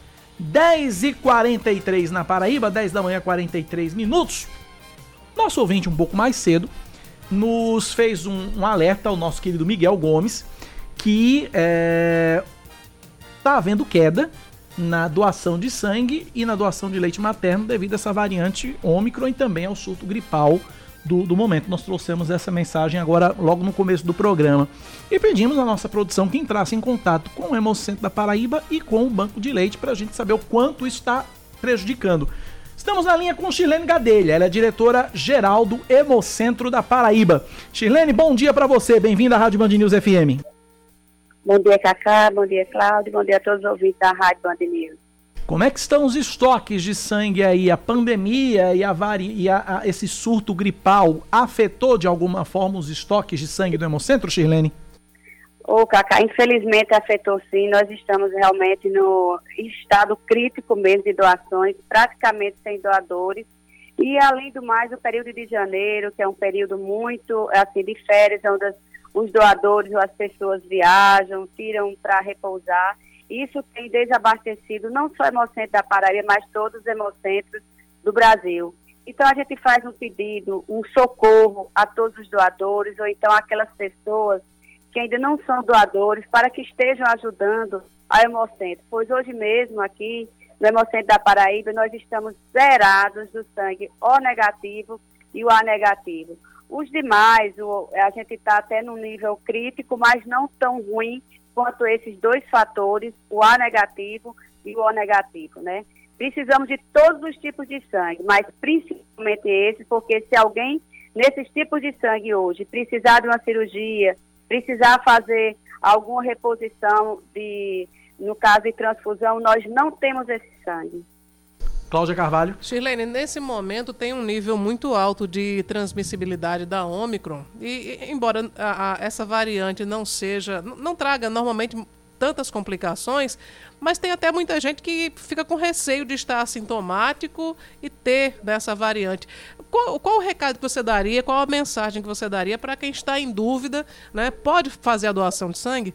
dez e quarenta e três na Paraíba, dez da manhã, quarenta e três minutos. Nosso ouvinte um pouco mais cedo nos fez um, um alerta, o nosso querido Miguel Gomes, que está é, havendo queda na doação de sangue e na doação de leite materno devido a essa variante Ômicron e também ao surto gripal do, do momento. Nós trouxemos essa mensagem agora logo no começo do programa e pedimos à nossa produção que entrasse em contato com o Hemocentro da Paraíba e com o Banco de Leite para a gente saber o quanto isso está prejudicando. Estamos na linha com Shirlene Gadelha, ela é diretora-geral do Hemocentro da Paraíba. Shirlene, bom dia para você, bem-vinda à Rádio Band News F M. Bom dia, Cacá, bom dia, Cláudio, bom dia a todos os ouvintes da Rádio Band News. Como é que estão os estoques de sangue aí? A pandemia e, a vari... e a, a, esse surto gripal afetou de alguma forma os estoques de sangue do Hemocentro, Shirlene? Ô, Cacá, infelizmente afetou sim. Nós estamos realmente no estado crítico mesmo de doações, praticamente sem doadores. E, além do mais, o período de janeiro, que é um período muito, assim, de férias, onde as, os doadores ou as pessoas viajam, tiram para repousar. Isso tem desabastecido não só o Hemocentro da Paraíba, mas todos os hemocentros do Brasil. Então, a gente faz um pedido, um socorro a todos os doadores, ou então aquelas pessoas que ainda não são doadores, para que estejam ajudando a Hemocentro. Pois hoje mesmo, aqui no Hemocentro da Paraíba, nós estamos zerados do sangue O negativo e o A negativo. Os demais, o, a gente está até num nível crítico, mas não tão ruim quanto esses dois fatores, o A negativo e o O negativo, né? Precisamos de todos os tipos de sangue, mas principalmente esse, porque se alguém nesses tipos de sangue hoje precisar de uma cirurgia, precisar fazer alguma reposição, de, no caso de transfusão, nós não temos esse sangue. Cláudia Carvalho. Shirlene, nesse momento tem um nível muito alto de transmissibilidade da Ômicron e, e embora a, a, essa variante não seja, não, não traga normalmente tantas complicações, mas tem até muita gente que fica com receio de estar assintomático e ter dessa variante. Qual, qual o recado que você daria, qual a mensagem que você daria para quem está em dúvida, né? Pode fazer a doação de sangue?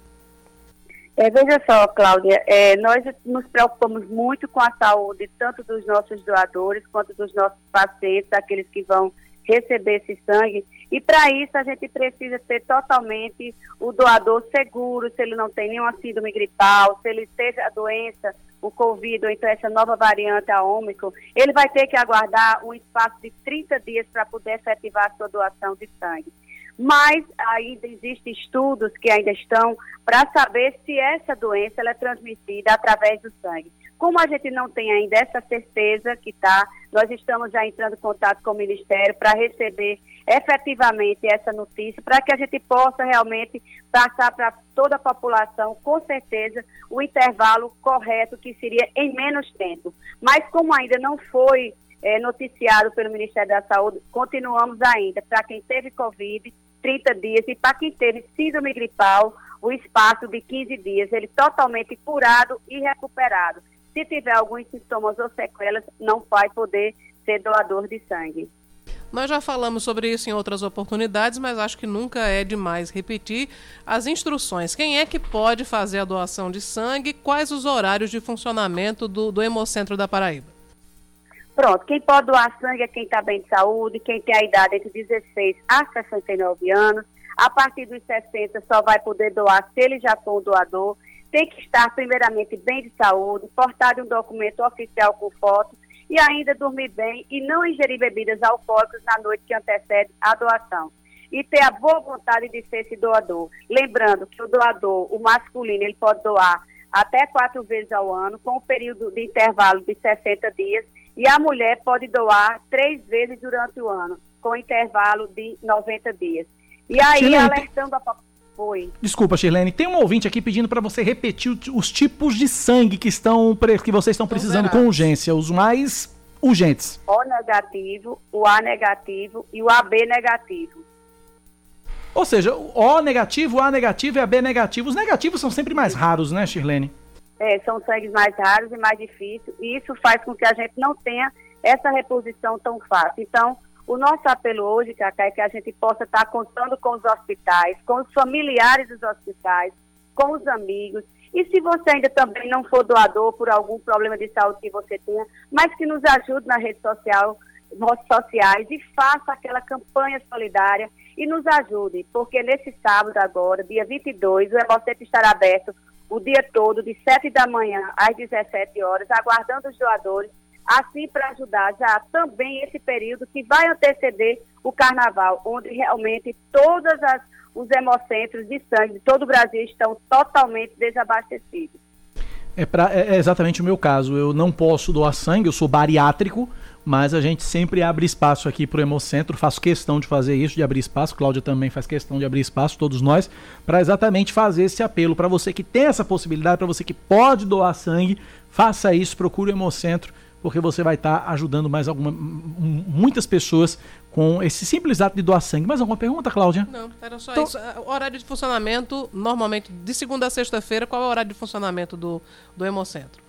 É, veja só, Cláudia, é, nós nos preocupamos muito com a saúde tanto dos nossos doadores quanto dos nossos pacientes, aqueles que vão receber esse sangue, e para isso a gente precisa ter totalmente o doador seguro, se ele não tem nenhuma síndrome gripal, se ele teve a doença, o Covid, ou então essa nova variante, a Ômicron, ele vai ter que aguardar um espaço de trinta dias para poder efetivar a sua doação de sangue. Mas ainda existem estudos que ainda estão para saber se essa doença ela é transmitida através do sangue. Como a gente não tem ainda essa certeza que está, nós estamos já entrando em contato com o Ministério para receber efetivamente essa notícia, para que a gente possa realmente passar para toda a população, com certeza, o intervalo correto, que seria em menos tempo. Mas como ainda não foi É, noticiado pelo Ministério da Saúde, continuamos ainda, para quem teve Covid, trinta dias, e para quem teve síndrome gripal, o espaço de quinze dias, ele totalmente curado e recuperado. Se tiver alguns sintomas ou sequelas, não vai poder ser doador de sangue. Nós já falamos sobre isso em outras oportunidades, mas acho que nunca é demais repetir as instruções. Quem é que pode fazer a doação de sangue? Quais os horários de funcionamento do, do Hemocentro da Paraíba? Pronto, quem pode doar sangue é quem está bem de saúde, quem tem a idade entre dezesseis a sessenta e nove anos. A partir dos sessenta só vai poder doar se ele já for um doador. Tem que estar primeiramente bem de saúde, portar um documento oficial com foto e ainda dormir bem e não ingerir bebidas alcoólicas na noite que antecede a doação. E ter a boa vontade de ser esse doador. Lembrando que o doador, o masculino, ele pode doar até quatro vezes ao ano, com um período de intervalo de sessenta dias, e a mulher pode doar três vezes durante o ano, com intervalo de noventa dias. E aí, Shirlene, alertando a população... Desculpa, Shirlene, tem um ouvinte aqui pedindo para você repetir os tipos de sangue que, estão, que vocês estão precisando com urgência, os mais urgentes. O negativo, o A negativo e o A B negativo. Ou seja, o O negativo, o A negativo e a B negativo. Os negativos são sempre mais raros, né, Shirlene? É, são sangues mais raros e mais difíceis, e isso faz com que a gente não tenha essa reposição tão fácil. Então, o nosso apelo hoje, Cacá, é que a gente possa estar contando com os hospitais, com os familiares dos hospitais, com os amigos, e se você ainda também não for doador por algum problema de saúde que você tenha, mas que nos ajude na rede social, nas redes sociais, e faça aquela campanha solidária e nos ajude, porque nesse sábado agora, dia vinte e dois, o Hemocentro estará aberto o dia todo, de sete da manhã às dezessete horas, aguardando os doadores, assim para ajudar já também esse período que vai anteceder o Carnaval, onde realmente todas as os hemocentros de sangue de todo o Brasil estão totalmente desabastecidos. É, pra, é exatamente o meu caso. Eu não posso doar sangue, eu sou bariátrico, mas a gente sempre abre espaço aqui para o Hemocentro. Faço questão de fazer isso, de abrir espaço. Cláudia também faz questão de abrir espaço, todos nós, para exatamente fazer esse apelo. Para você que tem essa possibilidade, para você que pode doar sangue, faça isso, procure o Hemocentro, porque você vai estar tá ajudando mais alguma, muitas pessoas com esse simples ato de doar sangue. Mais alguma pergunta, Cláudia? Não, era só então, isso. O horário de funcionamento, normalmente, de segunda a sexta-feira, qual é o horário de funcionamento do, do Hemocentro?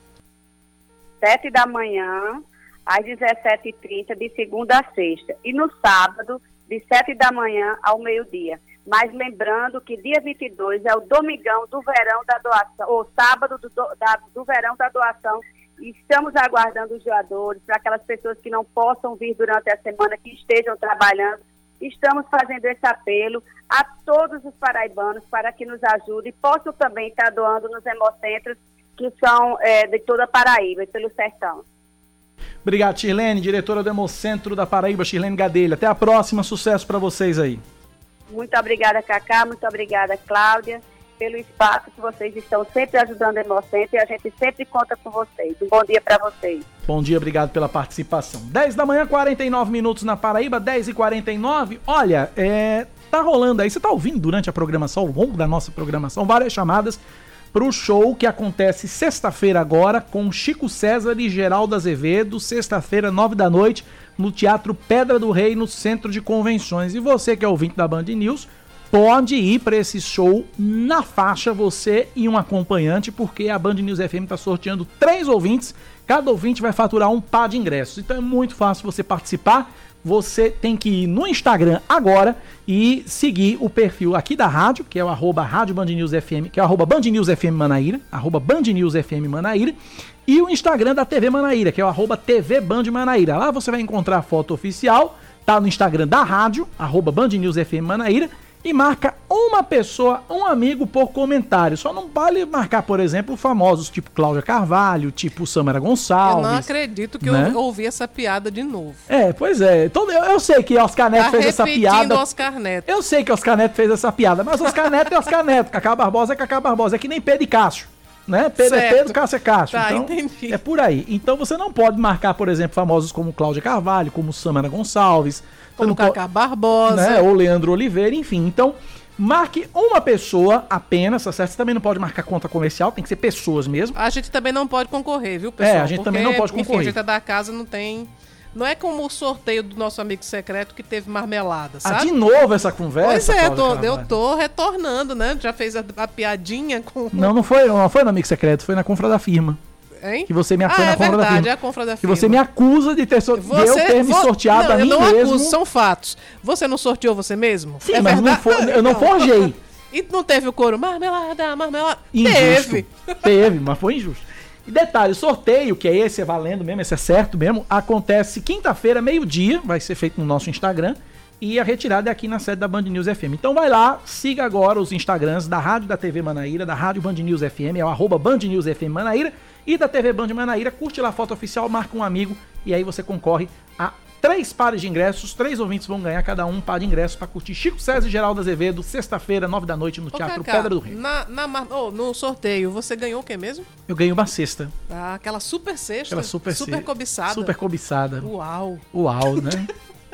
Sete da manhã às dezessete e trinta, de segunda a sexta. E no sábado, de sete da manhã ao meio-dia. Mas lembrando que dia vinte e dois é o domingão do verão da doação, ou sábado do, do, da, do verão da doação. Estamos aguardando os doadores, para aquelas pessoas que não possam vir durante a semana, que estejam trabalhando. Estamos fazendo esse apelo a todos os paraibanos para que nos ajudem e possam também estar doando nos hemocentros que são é, de toda a Paraíba e pelo sertão. Obrigado, Shirlene, diretora do Hemocentro da Paraíba, Shirlene Gadelha. Até a próxima, sucesso para vocês aí. Muito obrigada, Cacá, muito obrigada, Cláudia, pelo espaço que vocês estão sempre ajudando o Hemocentro e a gente sempre conta com vocês. Um bom dia para vocês. Bom dia, obrigado pela participação. dez da manhã, quarenta e nove minutos na Paraíba, dez e quarenta e nove. Olha, é, tá rolando aí, você tá ouvindo durante a programação, ao longo da nossa programação, várias chamadas pro show que acontece sexta-feira agora com Chico César e Geraldo Azevedo, sexta-feira, nove da noite, no Teatro Pedra do Rei, no Centro de Convenções. E você que é ouvinte da Band News, pode ir para esse show na faixa, você e um acompanhante, porque a Band News F M está sorteando três ouvintes, cada ouvinte vai faturar um par de ingressos. Então é muito fácil você participar. Você tem que ir no Instagram agora e seguir o perfil aqui da rádio, que é o arroba Rádio Band News F M, que é o arroba Band News F M Manaíra, arroba Band News F M Manaíra, e o Instagram da T V Manaíra, que é o arroba T V Band Manaíra. Lá você vai encontrar a foto oficial, tá no Instagram da rádio, arroba Band News F M Manaíra, e marca uma pessoa, um amigo por comentário. Só não vale marcar, por exemplo, famosos tipo Cláudia Carvalho, tipo Samara Gonçalves. Eu não acredito que né? eu ouvi essa piada de novo. É, pois é. Então, eu, eu sei que Oscar Neto tá fez essa piada. Oscar Neto. Eu sei que Oscar Neto fez essa piada, mas Oscar Neto é Oscar Neto. Cacá Barbosa é Cacá Barbosa. É que nem Pedro e Cássio. Né? Pedro certo. é Pedro, Cássio é Cássio. Tá, então, entendi. é por aí. Então você não pode marcar, por exemplo, famosos como Cláudia Carvalho, como Samara Gonçalves, como Cacá Barbosa, né? Ou Leandro Oliveira, enfim. Então, marque uma pessoa apenas, tá certo? Você também não pode marcar conta comercial, tem que ser pessoas mesmo. A gente também não pode concorrer, viu, pessoal? É, a gente Porque, também não pode concorrer. Enfim, a gente é da casa, não tem... Não é como o sorteio do nosso amigo secreto que teve marmelada, sabe? Ah, de novo essa conversa? Pois é, tô, eu tô retornando, né? Já fez a, a piadinha com... Não, não foi, não foi no amigo secreto, foi na confra da firma. Hein? Que você me acusa ah, na é confra verdade, da firma. É a confra da que firma. você me acusa de ter, so... você, de eu ter me vo... sorteado não, a mim mesmo. Eu não mesmo. acuso, são fatos. Você não sorteou você mesmo? Sim, é mas não for... eu não forjei. E não teve o coro marmelada, marmelada? Injusto. Teve. Teve, mas foi injusto. E detalhe, o sorteio, que é esse, é valendo mesmo, esse é certo mesmo, acontece quinta-feira, meio-dia, vai ser feito no nosso Instagram, e a retirada é aqui na sede da Band News F M. Então vai lá, siga agora os Instagrams da Rádio da T V Manaíra, da Rádio Band News F M, é o arroba Band News F M Manaíra, e da T V Band Manaíra, curte lá a foto oficial, marca um amigo, e aí você concorre a três pares de ingressos, três ouvintes vão ganhar cada um um par de ingressos para curtir Chico César e Geraldo Azevedo, sexta-feira, nove da noite, no Ô, Teatro Cacá, Pedra do Rei. Na, na, oh, no sorteio, você ganhou o que mesmo? Eu ganhei uma cesta. Ah, aquela super cesta. Aquela super super ce... cobiçada. Super cobiçada. Uau. Uau, né?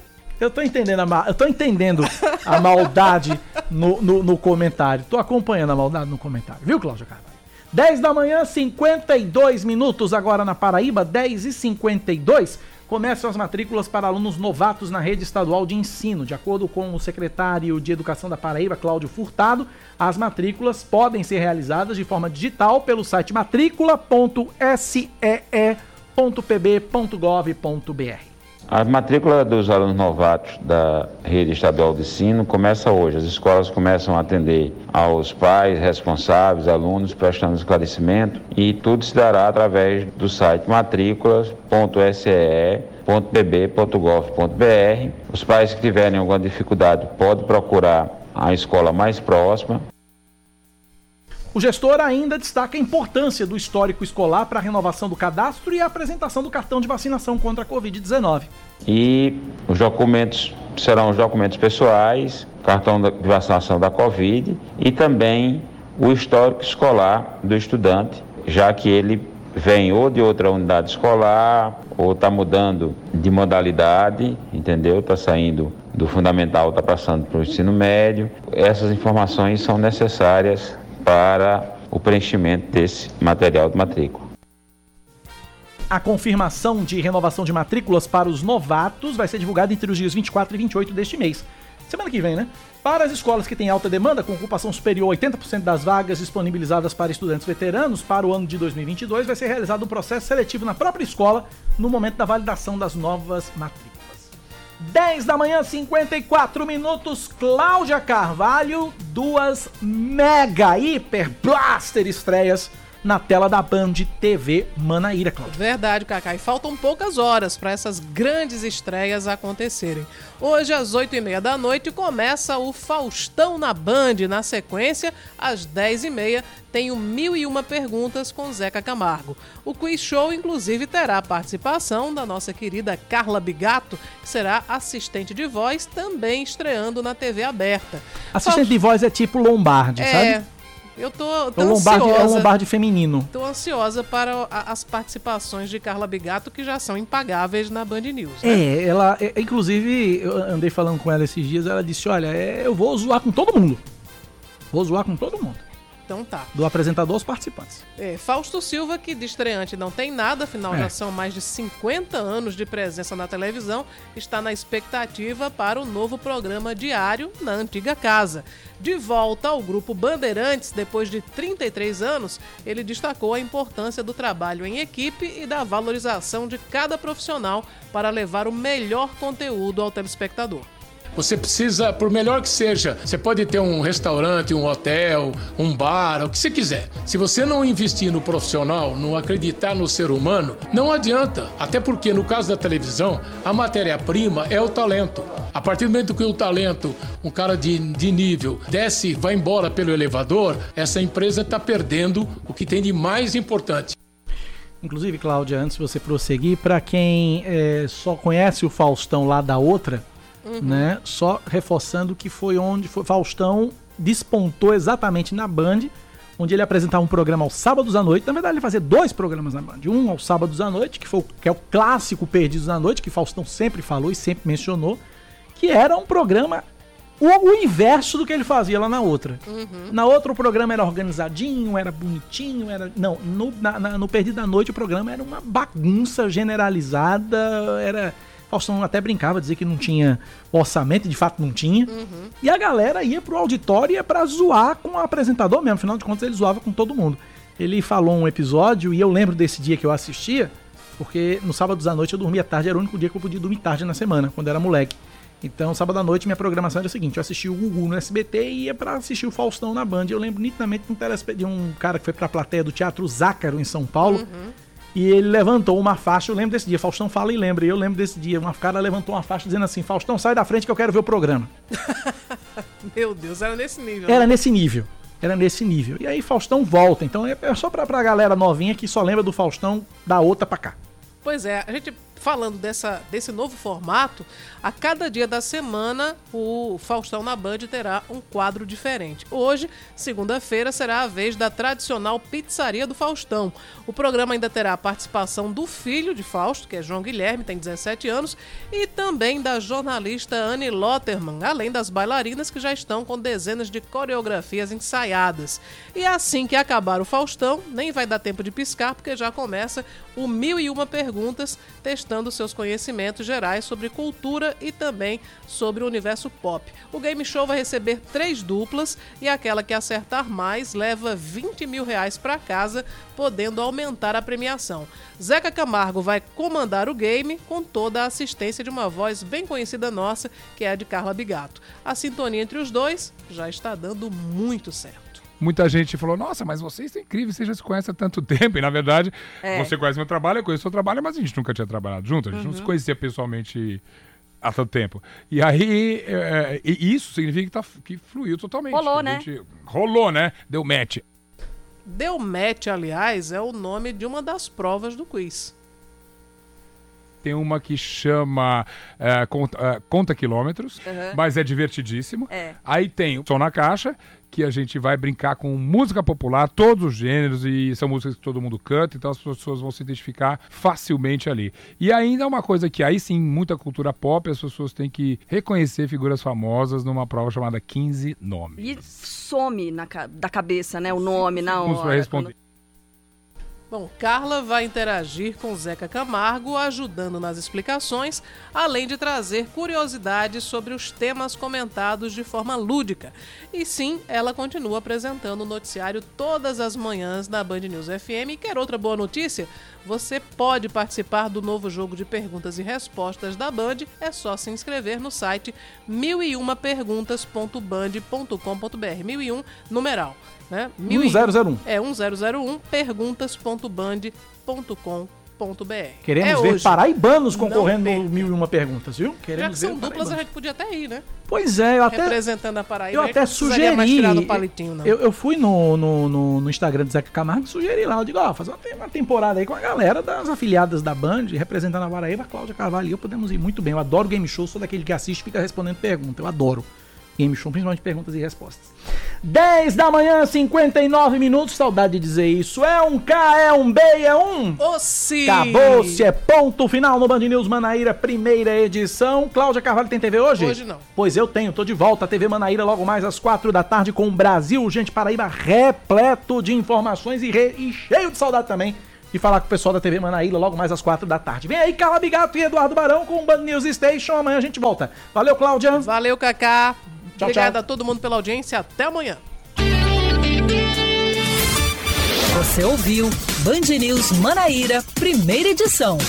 Eu tô entendendo a, ma... eu tô entendendo a maldade no, no, no comentário. Tô acompanhando a maldade no comentário. Viu, Cláudia Carvalho? dez da manhã, cinquenta e dois minutos agora na Paraíba, dez e cinquenta e dois. Começam as matrículas para alunos novatos na rede estadual de ensino. De acordo com o secretário de Educação da Paraíba, Cláudio Furtado, as matrículas podem ser realizadas de forma digital pelo site matricula ponto s e e ponto p b ponto gov ponto b r. A matrícula dos alunos novatos da rede estadual de ensino começa hoje. As escolas começam a atender aos pais, responsáveis, alunos, prestando esclarecimento, e tudo se dará através do site matrículas ponto s e e ponto p b ponto gov ponto b r. Os pais que tiverem alguma dificuldade podem procurar a escola mais próxima. O gestor ainda destaca a importância do histórico escolar para a renovação do cadastro e a apresentação do cartão de vacinação contra a covid dezenove. E os documentos serão os documentos pessoais, cartão de vacinação da Covid e também o histórico escolar do estudante, já que ele vem ou de outra unidade escolar ou está mudando de modalidade, entendeu? Está saindo do fundamental, está passando para o ensino médio. Essas informações são necessárias para o preenchimento desse material de matrícula. A confirmação de renovação de matrículas para os novatos vai ser divulgada entre os dias vinte e quatro e vinte e oito deste mês. Semana que vem, né? Para as escolas que têm alta demanda, com ocupação superior a oitenta por cento das vagas disponibilizadas para estudantes veteranos para o ano de dois mil e vinte e dois, vai ser realizado um processo seletivo na própria escola no momento da validação das novas matrículas. dez da manhã, cinquenta e quatro minutos, Cláudia Carvalho, duas mega, hiper, blaster estreias na tela da Band T V Manaíra, Cláudia. Verdade, Cacá, e faltam poucas horas para essas grandes estreias acontecerem. Hoje, às oito e meia da noite, começa o Faustão na Band. Na sequência, às dez e meia, tem o Mil e Uma Perguntas com Zeca Camargo. O quiz show, inclusive, terá a participação da nossa querida Carla Bigato, que será assistente de voz, também estreando na T V aberta. Assistente Faust... de voz é tipo Lombardi, é... sabe? Eu tô, tô é, o Lombardi, ansiosa. é o Lombardi feminino. Tô ansiosa para a, as participações de Carla Bigato, que já são impagáveis na Band News. Né? É, ela, é, inclusive, eu andei falando com ela esses dias, ela disse, olha, é, eu vou zoar com todo mundo. Vou zoar com todo mundo. Então tá. Do apresentador aos participantes. É, Fausto Silva, que de estreante não tem nada, afinal é. já são mais de cinquenta anos de presença na televisão, está na expectativa para o novo programa diário na antiga casa. De volta ao grupo Bandeirantes, depois de trinta e três anos, ele destacou a importância do trabalho em equipe e da valorização de cada profissional para levar o melhor conteúdo ao telespectador. Você precisa, por melhor que seja, você pode ter um restaurante, um hotel, um bar, o que você quiser. Se você não investir no profissional, não acreditar no ser humano, não adianta. Até porque, no caso da televisão, a matéria-prima é o talento. A partir do momento que o talento, um cara de, de nível, desce, vai embora pelo elevador, essa empresa está perdendo o que tem de mais importante. Inclusive, Cláudia, antes de você prosseguir, para quem é, só conhece o Faustão lá da outra... Uhum. Né? Só reforçando que foi onde foi, Faustão despontou exatamente na Band, onde ele apresentava um programa aos sábados à noite. Na verdade, ele fazia dois programas na Band. Um aos sábados à noite, que, foi, que é o clássico Perdidos na Noite, que Faustão sempre falou e sempre mencionou, que era um programa, o, o inverso do que ele fazia lá na outra. Uhum. Na outra o programa era organizadinho, era bonitinho, era... Não, no, na, na, no Perdido da Noite o programa era uma bagunça generalizada, era... Faustão até brincava, dizia que não tinha orçamento, de fato não tinha. Uhum. E a galera ia pro auditório e ia pra zoar com o apresentador mesmo. Afinal de contas, ele zoava com todo mundo. Ele falou um episódio, e eu lembro desse dia que eu assistia, porque no sábado à noite eu dormia tarde, era o único dia que eu podia dormir tarde na semana, quando era moleque. Então, sábado à noite, minha programação era a seguinte: eu assistia o Gugu no S B T e ia pra assistir o Faustão na Band. Eu lembro nitidamente de um, telespe... de um cara que foi pra plateia do Teatro Zácaro, em São Paulo, uhum. E ele levantou uma faixa, eu lembro desse dia, Faustão fala e lembra, e eu lembro desse dia, uma cara levantou uma faixa dizendo assim: Faustão, sai da frente que eu quero ver o programa. Meu Deus, era nesse nível. Era né? nesse nível, era nesse nível. E aí Faustão volta, então é só pra, pra galera novinha que só lembra do Faustão da outra pra cá. Pois é, a gente falando dessa, desse novo formato, a cada dia da semana o Faustão na Band terá um quadro diferente. Hoje, segunda-feira, será a vez da tradicional Pizzaria do Faustão. O programa ainda terá a participação do filho de Fausto, que é João Guilherme, tem dezessete anos, e também da jornalista Anne Lotterman, além das bailarinas que já estão com dezenas de coreografias ensaiadas. E assim que acabar o Faustão, nem vai dar tempo de piscar, porque já começa o Mil e Uma Perguntas, testando testando seus conhecimentos gerais sobre cultura e também sobre o universo pop. O game show vai receber três duplas e aquela que acertar mais leva vinte mil reais para casa, podendo aumentar a premiação. Zeca Camargo vai comandar o game com toda a assistência de uma voz bem conhecida nossa, que é a de Carla Bigato. A sintonia entre os dois já está dando muito certo. Muita gente falou, nossa, mas vocês são incríveis, vocês já se conhecem há tanto tempo. E, na verdade, é. você conhece meu trabalho, eu conheço o seu trabalho, mas a gente nunca tinha trabalhado junto, a gente uhum. não se conhecia pessoalmente há tanto tempo. E aí, é, e isso significa que, tá, que fluiu totalmente. Rolou, né? Gente, rolou, né? Deu match. Deu match, aliás, é o nome de uma das provas do quiz. Tem uma que chama é, conta, é, conta quilômetros, uhum. mas é divertidíssimo. É. Aí tem o Som na Caixa, que a gente vai brincar com música popular, todos os gêneros, e são músicas que todo mundo canta, então as pessoas vão se identificar facilmente ali. E ainda uma coisa que aí sim, muita cultura pop, as pessoas têm que reconhecer figuras famosas numa prova chamada quinze Nomes. E some na, da cabeça, né, o nome na hora. Vai responder. Quando... Bom, Carla vai interagir com Zeca Camargo, ajudando nas explicações, além de trazer curiosidades sobre os temas comentados de forma lúdica. E sim, ela continua apresentando o noticiário todas as manhãs na Band News F M. E quer outra boa notícia? Você pode participar do novo jogo de perguntas e respostas da Band. É só se inscrever no site mil e uma perguntas ponto band ponto com ponto b r. mil e um, numeral. Né? um zero zero um. É, um zero zero um, perguntas ponto band ponto com ponto b r. Queremos é ver hoje. paraibanos concorrendo no mil e uma perguntas, viu? Queremos Já que ver são duplas, a gente podia até ir, né? Pois é, eu até... Representando a Paraíba. Eu até sugeri... mais tirar no palitinho, não. Eu, eu fui no, no, no, no Instagram do Zeca Camargo e sugeri lá. Eu digo, ó, fazer uma, uma temporada aí com a galera das afiliadas da Band, representando a Paraíba, a Cláudia Carvalho e eu podemos ir muito bem. Eu adoro game show, sou daquele que assiste e fica respondendo perguntas. Eu adoro game show, principalmente perguntas e respostas. dez da manhã, cinquenta e nove minutos. Saudade de dizer isso. É um K, é um B, é um... Ô, sim! Acabou-se, é ponto final no Band News Manaíra, primeira edição. Cláudia Carvalho tem T V hoje? Hoje não. Pois eu tenho, tô de volta. T V Manaíra logo mais às quatro da tarde com o Brasil. Gente, Paraíba repleto de informações e, re... e cheio de saudade também de falar com o pessoal da T V Manaíra logo mais às quatro da tarde. Vem aí Carla Bigato e Eduardo Barão com o Band News Station. Amanhã a gente volta. Valeu, Cláudia. Valeu, Cacá. Tchau, Obrigada tchau. a todo mundo pela audiência. Até amanhã. Você ouviu Band News Manaíra, primeira edição.